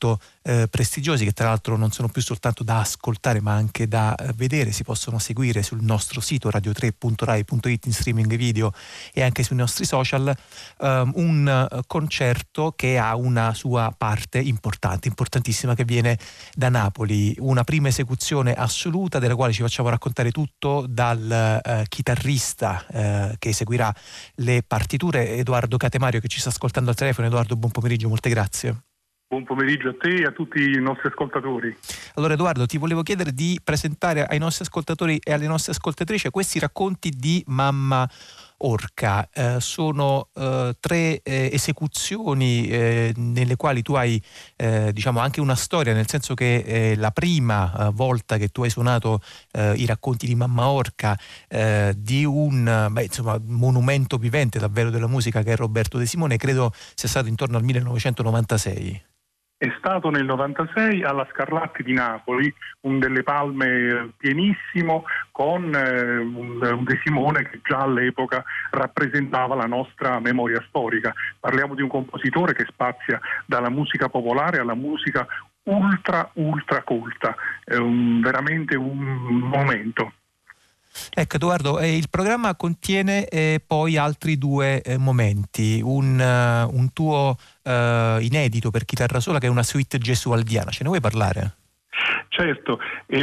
prestigiosi, che tra l'altro non sono più soltanto da ascoltare ma anche da vedere, si possono seguire sul nostro sito radio3.rai.it in streaming video e anche sui nostri social. Un concerto che ha una sua parte importante, importantissima, che viene da Napoli, una prima esecuzione assoluta della quale ci facciamo raccontare tutto dal chitarrista che eseguirà le partiture, Edoardo Catemario, che ci sta ascoltando al telefono. Edoardo, buon pomeriggio, molte grazie. Buon pomeriggio a te e a tutti i nostri ascoltatori. Allora Edoardo, ti volevo chiedere di presentare ai nostri ascoltatori e alle nostre ascoltatrici questi racconti di Mamma Orca. Sono 3 esecuzioni nelle quali tu hai diciamo anche una storia, nel senso che la prima volta che tu hai suonato i racconti di Mamma Orca di un monumento vivente davvero della musica che è Roberto De Simone, credo sia stato intorno al 1996. È stato nel 96 alla Scarlatti di Napoli, un delle Palme pienissimo, con un De Simone che già all'epoca rappresentava la nostra memoria storica. Parliamo di un compositore che spazia dalla musica popolare alla musica ultra colta, è veramente un momento. Ecco Edoardo, il programma contiene poi altri 2 momenti, un tuo inedito per chitarra sola che è una suite gesualdiana, ce ne vuoi parlare? Certo,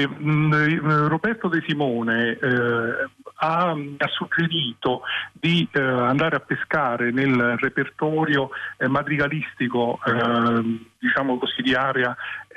Roberto De Simone ha suggerito di andare a pescare nel repertorio madrigalistico diciamo così di area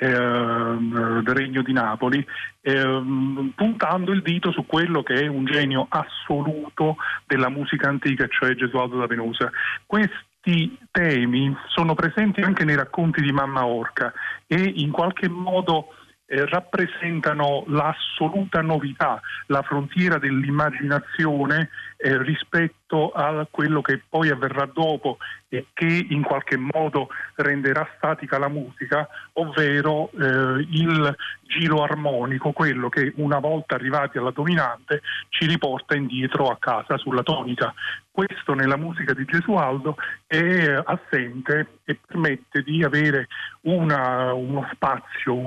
del Regno di Napoli, puntando il dito su quello che è un genio assoluto della musica antica, cioè Gesualdo da Venosa. Questi temi sono presenti anche nei racconti di Mamma Orca e in qualche modo rappresentano l'assoluta novità, la frontiera dell'immaginazione rispetto a quello che poi avverrà dopo e che in qualche modo renderà statica la musica, ovvero il giro armonico, quello che una volta arrivati alla dominante ci riporta indietro a casa sulla tonica. Questo nella musica di Gesualdo è assente e permette di avere uno spazio,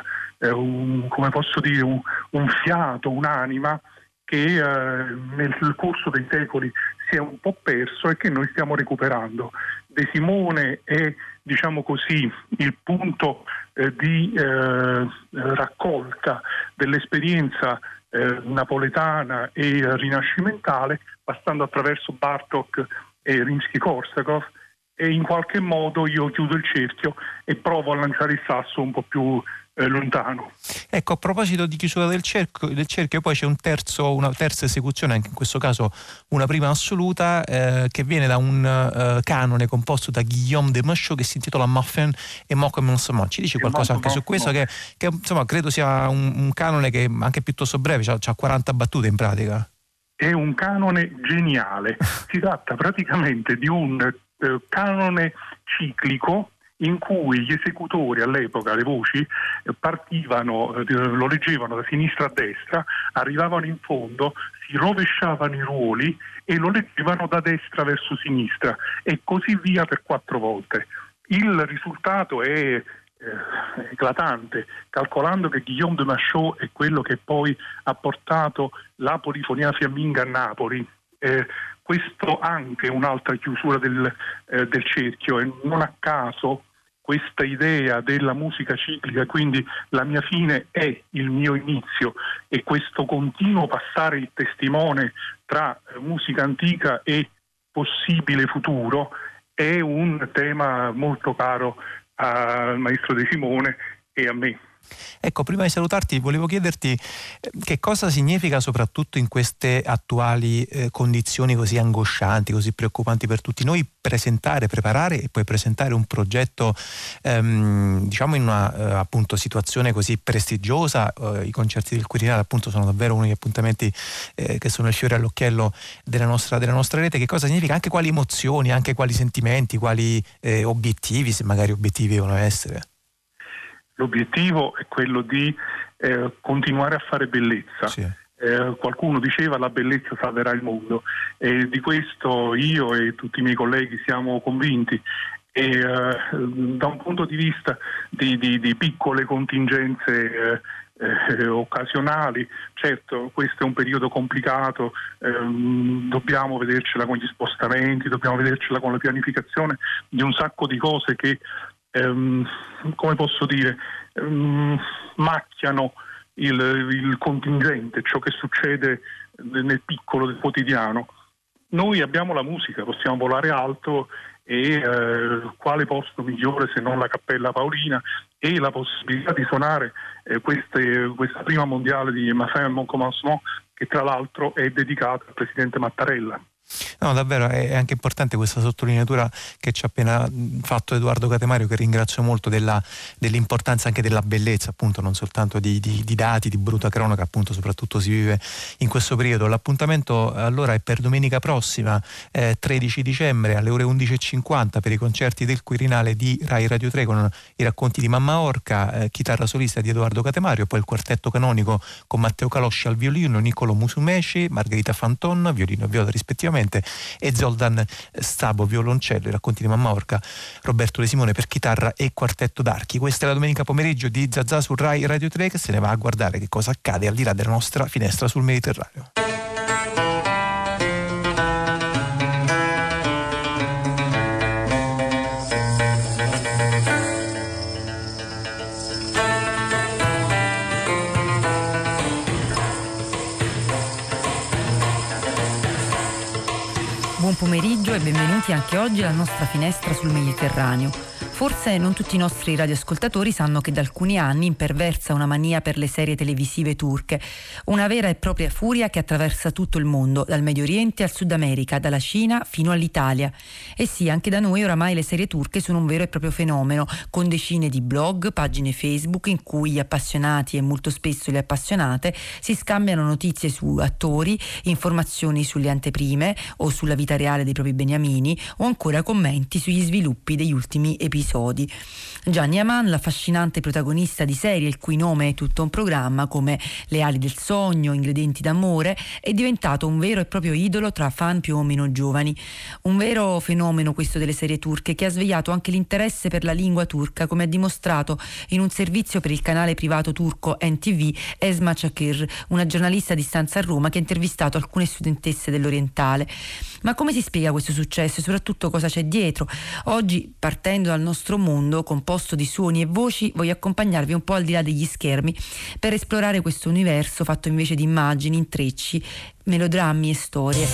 come posso dire, un fiato, un'anima che nel corso dei secoli si è un po' perso e che noi stiamo recuperando. De Simone è, diciamo così, il punto di raccolta dell'esperienza napoletana e rinascimentale, passando attraverso Bartók e Rimsky-Korsakov, e in qualche modo io chiudo il cerchio e provo a lanciare il sasso un po' più lontano. Ecco, a proposito di chiusura del cerchio, poi c'è una terza esecuzione, anche in questo caso una prima assoluta, che viene da un canone composto da Guillaume de Machaut che si intitola Muffin et Moquement. Ci dici qualcosa anche su questo, che insomma credo sia un canone che anche piuttosto breve, c'ha 40 battute in pratica. È un canone geniale, si tratta praticamente di un canone ciclico in cui gli esecutori all'epoca, le voci, partivano, lo leggevano da sinistra a destra, arrivavano in fondo, si rovesciavano i ruoli e lo leggevano da destra verso sinistra e così via per 4 volte. Il risultato è eclatante, calcolando che Guillaume de Machaut è quello che poi ha portato la polifonia fiamminga a Napoli. Questo anche è un'altra chiusura del cerchio, e non a caso questa idea della musica ciclica, quindi la mia fine è il mio inizio, e questo continuo passare il testimone tra musica antica e possibile futuro è un tema molto caro al maestro De Simone e a me. Ecco, prima di salutarti volevo chiederti che cosa significa, soprattutto in queste attuali condizioni così angoscianti, così preoccupanti per tutti noi, preparare e poi presentare un progetto diciamo in una appunto situazione così prestigiosa. I concerti del Quirinale appunto sono davvero uno degli appuntamenti che sono il fiore all'occhiello della nostra rete. Che cosa significa? Anche quali emozioni, anche quali sentimenti, quali obiettivi, se magari obiettivi devono essere? L'obiettivo è quello di continuare a fare bellezza. Sì. Qualcuno diceva la bellezza salverà il mondo, e di questo io e tutti i miei colleghi siamo convinti, e da un punto di vista di piccole contingenze occasionali, certo questo è un periodo complicato, dobbiamo vedercela con gli spostamenti, dobbiamo vedercela con la pianificazione di un sacco di cose che come posso dire macchiano il contingente, ciò che succede nel piccolo del quotidiano. Noi abbiamo la musica, possiamo volare alto e quale posto migliore se non la Cappella Paolina e la possibilità di suonare questa prima mondiale di Ma Fin Mon Commencement, che tra l'altro è dedicata al presidente Mattarella. No, davvero è anche importante questa sottolineatura che ci ha appena fatto Edoardo Catemario, che ringrazio molto, dell'importanza anche della bellezza, appunto, non soltanto di dati, di brutta cronaca, appunto, soprattutto si vive in questo periodo. L'appuntamento allora è per domenica prossima, 13 dicembre alle ore 11.50 per i concerti del Quirinale di Rai Radio 3 con i racconti di Mamma Orca, chitarra solista di Edoardo Catemario, poi il quartetto canonico con Matteo Calosci al violino, Niccolò Musumeci, Margherita Fanton, violino e viola rispettivamente, e Zoldan Stabo violoncello, i racconti di Mamma Orca, Roberto De Simone per chitarra e quartetto d'archi. Questa è la domenica pomeriggio di Zazà su Rai Radio 3, che se ne va a guardare che cosa accade al di là della nostra finestra sul Mediterraneo. Buon pomeriggio e benvenuti anche oggi alla nostra finestra sul Mediterraneo. Forse non tutti i nostri radioascoltatori sanno che da alcuni anni imperversa una mania per le serie televisive turche, una vera e propria furia che attraversa tutto il mondo, dal Medio Oriente al Sud America, dalla Cina fino all'Italia. E sì, anche da noi oramai le serie turche sono un vero e proprio fenomeno, con decine di blog, pagine Facebook in cui gli appassionati e molto spesso le appassionate si scambiano notizie su attori, informazioni sulle anteprime o sulla vita reale dei propri beniamini, o ancora commenti sugli sviluppi degli ultimi episodi. Gianni Aman, l'affascinante protagonista di serie il cui nome è tutto un programma come Le ali del sogno, Ingredienti d'amore, è diventato un vero e proprio idolo tra fan più o meno giovani. Un vero fenomeno questo delle serie turche, che ha svegliato anche l'interesse per la lingua turca, come ha dimostrato in un servizio per il canale privato turco NTV Esma Çakır, una giornalista di stanza a Roma che ha intervistato alcune studentesse dell'Orientale. Ma come si spiega questo successo e soprattutto cosa c'è dietro? Oggi, partendo dal nostro mondo composto di suoni e voci, voglio accompagnarvi un po' al di là degli schermi per esplorare questo universo fatto invece di immagini, intrecci, melodrammi e storie.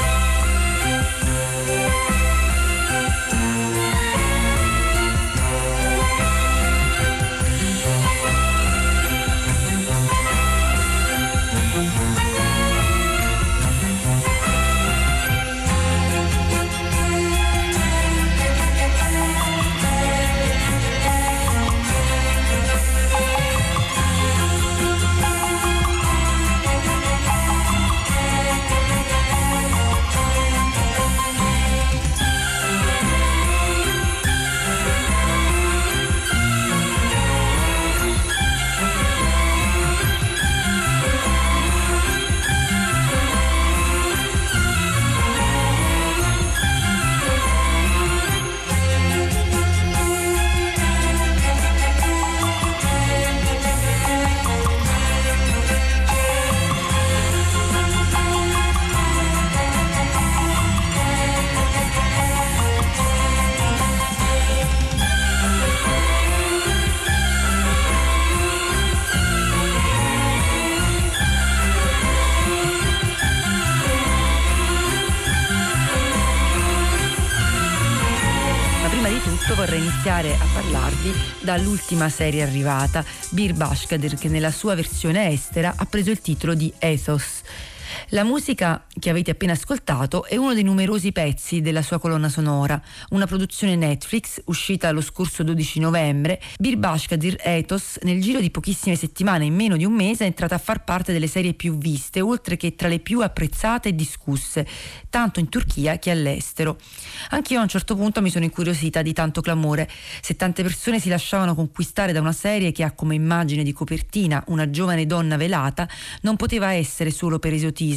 Vorrei iniziare a parlarvi dall'ultima serie arrivata, Bir Başkadır, che nella sua versione estera ha preso il titolo di Ethos. La musica che avete appena ascoltato è uno dei numerosi pezzi della sua colonna sonora, una produzione Netflix uscita lo scorso 12 novembre. Bir Başkadır Ethos nel giro di pochissime settimane, in meno di un mese, è entrata a far parte delle serie più viste, oltre che tra le più apprezzate e discusse, tanto in Turchia che all'estero. Anch'io a un certo punto mi sono incuriosita di tanto clamore. Se tante persone si lasciavano conquistare da una serie che ha come immagine di copertina una giovane donna velata, non poteva essere solo per esotismo,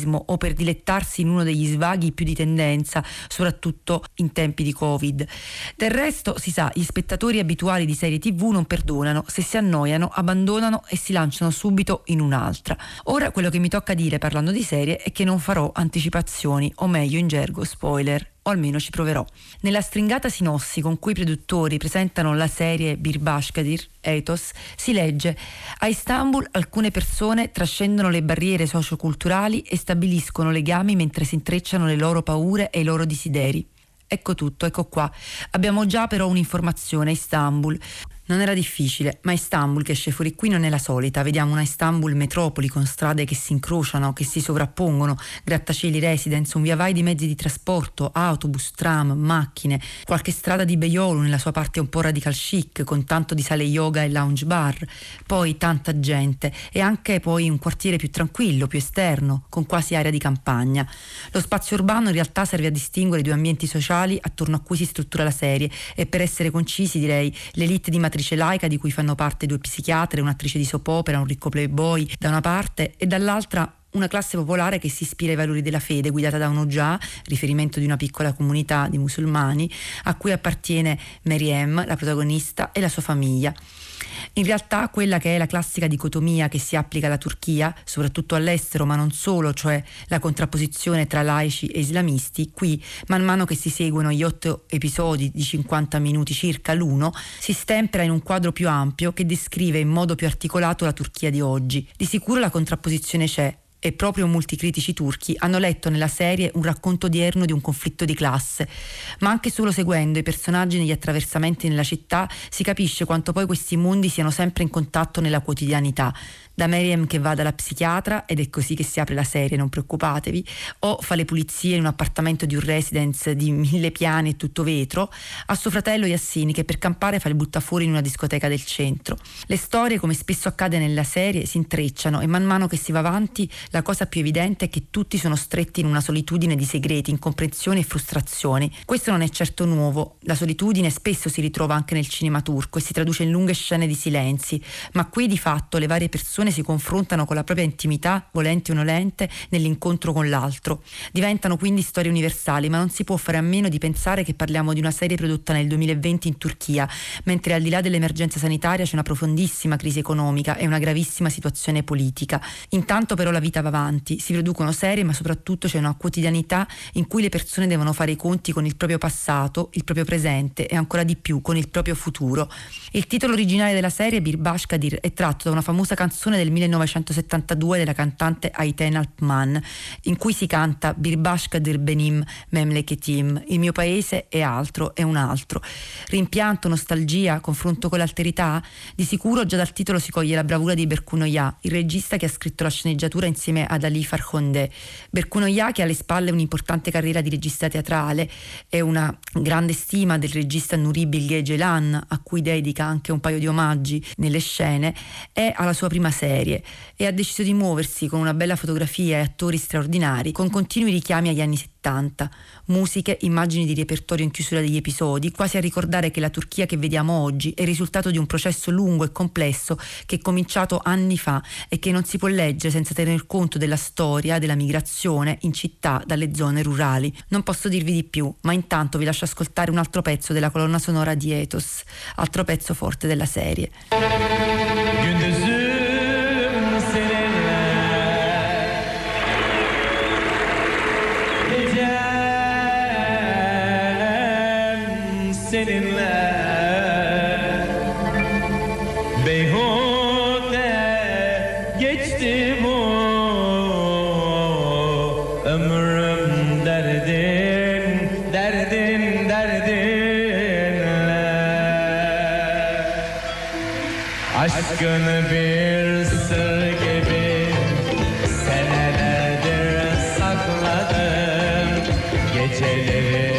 turismo o per dilettarsi in uno degli svaghi più di tendenza, soprattutto in tempi di Covid. Del resto, si sa, gli spettatori abituali di serie TV non perdonano, se si annoiano, abbandonano e si lanciano subito in un'altra. Ora quello che mi tocca dire parlando di serie è che non farò anticipazioni, o meglio in gergo spoiler, o almeno ci proverò. Nella stringata sinossi con cui i produttori presentano la serie Bir Başkadır, Ethos, si legge: a Istanbul alcune persone trascendono le barriere socioculturali e stabiliscono legami mentre si intrecciano le loro paure e i loro desideri. Ecco tutto, ecco qua. Abbiamo già però un'informazione: Istanbul. Non era difficile, ma Istanbul che esce fuori qui non è la solita. Vediamo una Istanbul metropoli con strade che si incrociano, che si sovrappongono, grattacieli, residence, un via vai di mezzi di trasporto, autobus, tram, macchine, qualche strada di Beyoğlu nella sua parte un po' radical chic, con tanto di sale yoga e lounge bar, poi tanta gente e anche poi un quartiere più tranquillo, più esterno, con quasi aria di campagna. Lo spazio urbano in realtà serve a distinguere i due ambienti sociali attorno a cui si struttura la serie e, per essere concisi, direi l'elite di matrimonio laica di cui fanno parte due psichiatre, un'attrice di soap opera, un ricco playboy da una parte e dall'altra una classe popolare che si ispira ai valori della fede, guidata da un Ojah, riferimento di una piccola comunità di musulmani a cui appartiene Meryem, la protagonista, e la sua famiglia. In realtà quella che è la classica dicotomia che si applica alla Turchia, soprattutto all'estero, ma non solo, cioè la contrapposizione tra laici e islamisti, qui, man mano che si seguono gli 8 episodi di 50 minuti circa l'uno, si stempera in un quadro più ampio che descrive in modo più articolato la Turchia di oggi. Di sicuro la contrapposizione c'è, e proprio molti critici turchi hanno letto nella serie un racconto odierno di un conflitto di classe, ma anche solo seguendo i personaggi negli attraversamenti nella città si capisce quanto poi questi mondi siano sempre in contatto nella quotidianità. Da Meryem che va dalla psichiatra, ed è così che si apre la serie, non preoccupatevi, o fa le pulizie in un appartamento di un residence di 1000 piani e tutto vetro, a suo fratello Yassin che per campare fa il buttafuori in una discoteca del centro. Le storie, come spesso accade nella serie, si intrecciano e man mano che si va avanti la cosa più evidente è che tutti sono stretti in una solitudine di segreti, incomprensioni e frustrazioni. Questo non è certo nuovo, la solitudine spesso si ritrova anche nel cinema turco e si traduce in lunghe scene di silenzi, ma qui di fatto le varie persone si confrontano con la propria intimità, volenti o nolente, nell'incontro con l'altro. Diventano quindi storie universali, ma non si può fare a meno di pensare che parliamo di una serie prodotta nel 2020 in Turchia, mentre al di là dell'emergenza sanitaria c'è una profondissima crisi economica e una gravissima situazione politica. Intanto però la vita va avanti, si producono serie, ma soprattutto c'è una quotidianità in cui le persone devono fare i conti con il proprio passato, il proprio presente e ancora di più con il proprio futuro. Il titolo originale della serie, Bir Başkadır, è tratto da una famosa canzone del 1972 della cantante Ayten Alpman, in cui si canta Bir Başkadır benim memleketim, il mio paese è altro, è un altro. Rimpianto, nostalgia, confronto con l'alterità? Di sicuro già dal titolo si coglie la bravura di Berkun Oyah, il regista che ha scritto la sceneggiatura insieme ad Ali Farhonde. Berkun Oyah, che ha alle spalle un'importante carriera di regista teatrale e una grande stima del regista Nuri Bilge Ceylan, a cui dedica anche un paio di omaggi nelle scene, è alla sua prima serie e ha deciso di muoversi con una bella fotografia e attori straordinari, con continui richiami agli anni 70, musiche, immagini di repertorio in chiusura degli episodi, quasi a ricordare che la Turchia che vediamo oggi è il risultato di un processo lungo e complesso che è cominciato anni fa e che non si può leggere senza tener conto della storia della migrazione in città dalle zone rurali. Non posso dirvi di più, ma intanto vi lascio ascoltare un altro pezzo della colonna sonora di Ethos, altro pezzo forte della serie. Seninle beyhude geçti bu ömrüm derdin, derdin, derdinle aşkını bir sır gibi senelerdir sakladım geceleri.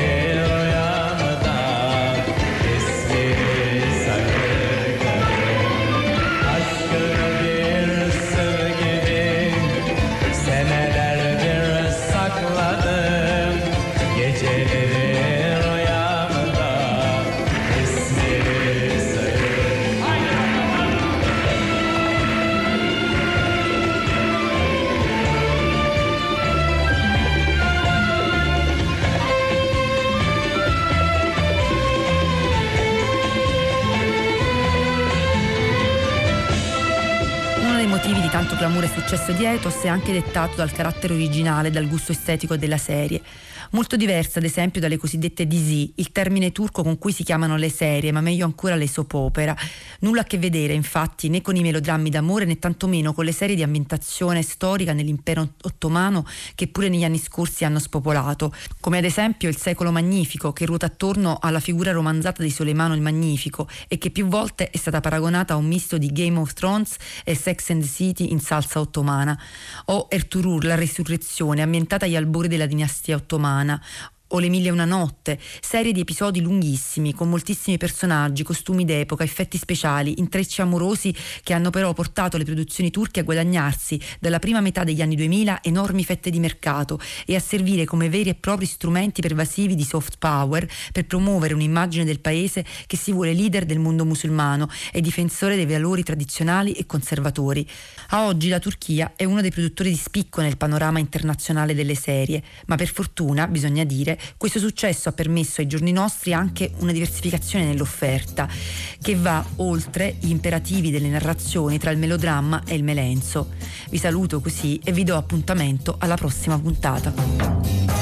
glamour e successo di Ethos è anche dettato dal carattere originale e dal gusto estetico della serie. Molto diversa ad esempio dalle cosiddette dizi, il termine turco con cui si chiamano le serie, ma meglio ancora le soap opera. Nulla a che vedere infatti né con i melodrammi d'amore né tantomeno con le serie di ambientazione storica nell'impero ottomano che pure negli anni scorsi hanno spopolato, come ad esempio Il secolo magnifico, che ruota attorno alla figura romanzata di Soleimano il Magnifico e che più volte è stata paragonata a un misto di Game of Thrones e Sex and the City in salsa ottomana, o Ertugrul, la risurrezione, ambientata agli albori della dinastia ottomana, o Le mille e una notte, serie di episodi lunghissimi con moltissimi personaggi, costumi d'epoca, effetti speciali, intrecci amorosi che hanno però portato le produzioni turche a guadagnarsi dalla prima metà degli anni 2000 enormi fette di mercato e a servire come veri e propri strumenti pervasivi di soft power per promuovere un'immagine del paese che si vuole leader del mondo musulmano e difensore dei valori tradizionali e conservatori. A oggi la Turchia è uno dei produttori di spicco nel panorama internazionale delle serie, ma per fortuna, bisogna dire, questo successo ha permesso ai giorni nostri anche una diversificazione nell'offerta che va oltre gli imperativi delle narrazioni tra il melodramma e il melenso. Vi saluto così e vi do appuntamento alla prossima puntata.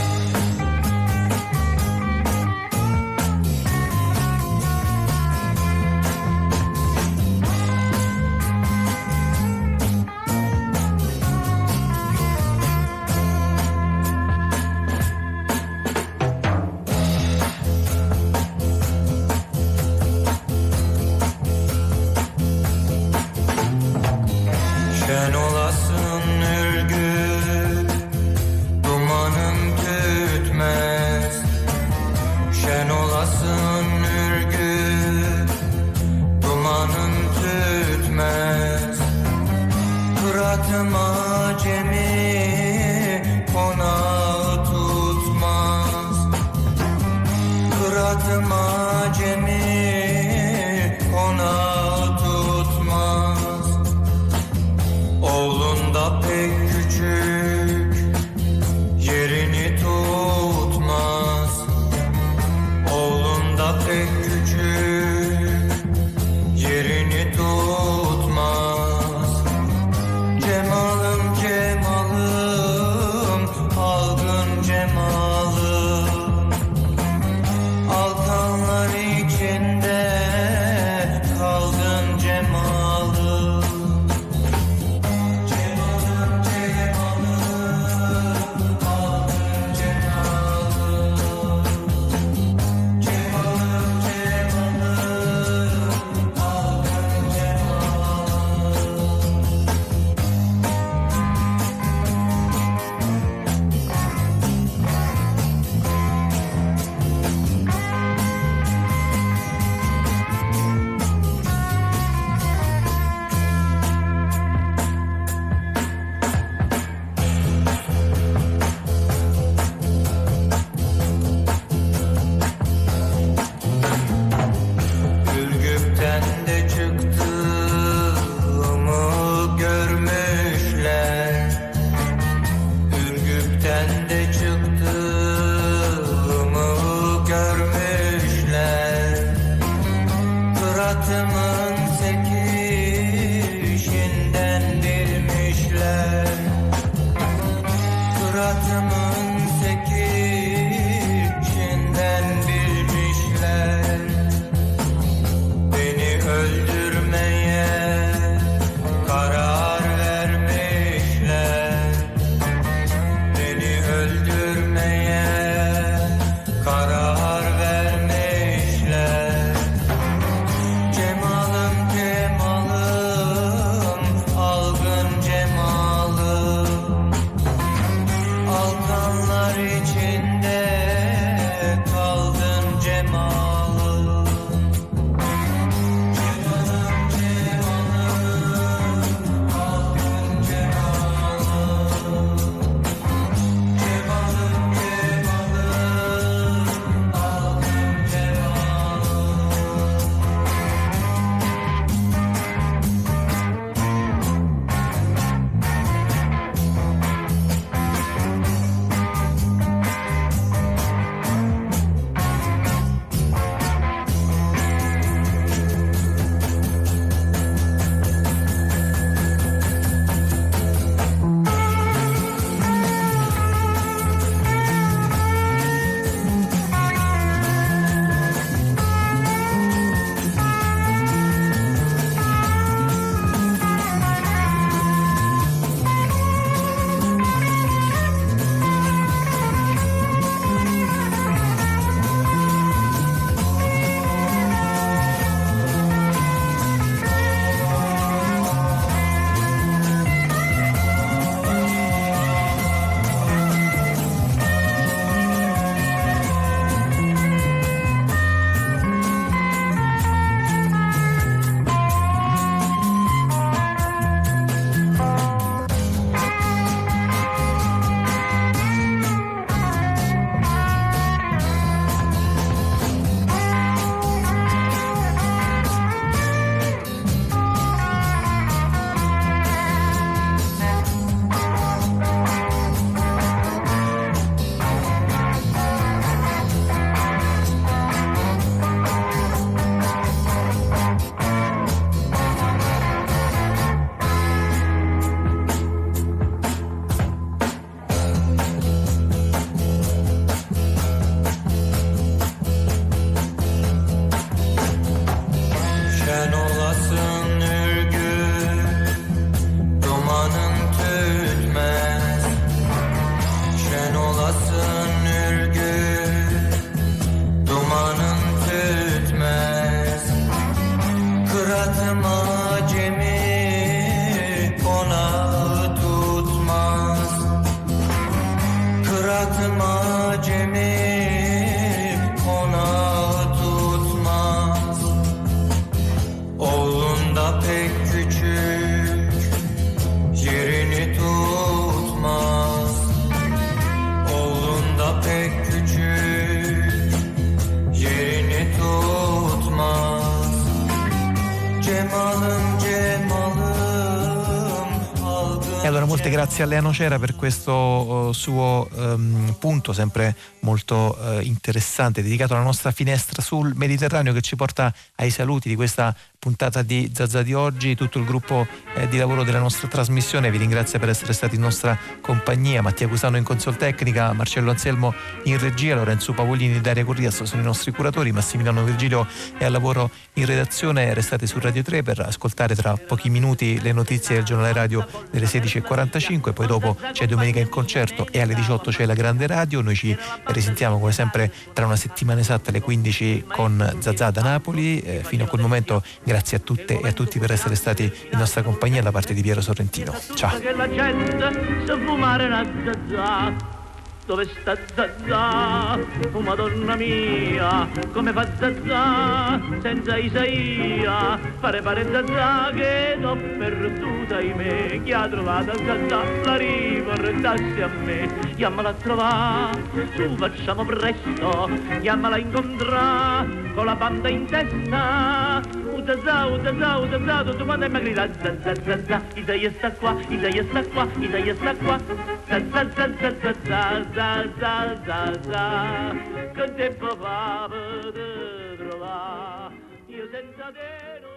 Alkan Molte grazie a Lea Nocera per questo suo punto sempre molto interessante, dedicato alla nostra finestra sul Mediterraneo, che ci porta ai saluti di questa puntata di Zazà di oggi. Tutto il gruppo di lavoro della nostra trasmissione vi ringrazia per essere stati in nostra compagnia. Mattia Cusano in console tecnica, Marcello Anselmo in regia, Lorenzo Pavolini e Daria Corrias sono i nostri curatori, Massimiliano Virgilio è al lavoro in redazione. Restate su Radio 3 per ascoltare tra pochi minuti le notizie del giornale radio delle 16:45, poi dopo c'è Domenica in Concerto e alle 18 c'è la Grande Radio. Noi ci risentiamo come sempre tra una settimana esatta alle 15 con Zazà da Napoli. Fino a quel momento grazie a tutte e a tutti per essere stati in nostra compagnia da parte di Piero Sorrentino. Ciao. Che la gente sa fumare la Zazà. Dove sta Zazà? Oh Madonna mia, come fa Zazà senza Isaia? Pare Zazà che l'ho perduta, ahimè. Chi ha trovato Zazà la riportassi a me. Chiamala a trovare, su facciamo presto. Chiamala a incontrare con la banda in testa. Zazà, tutto quanto è magrita. Zazà, Isaia sta qua, Isaia sta qua, Isaia sta qua. Zazà, che tempo fa per trovare io senza te.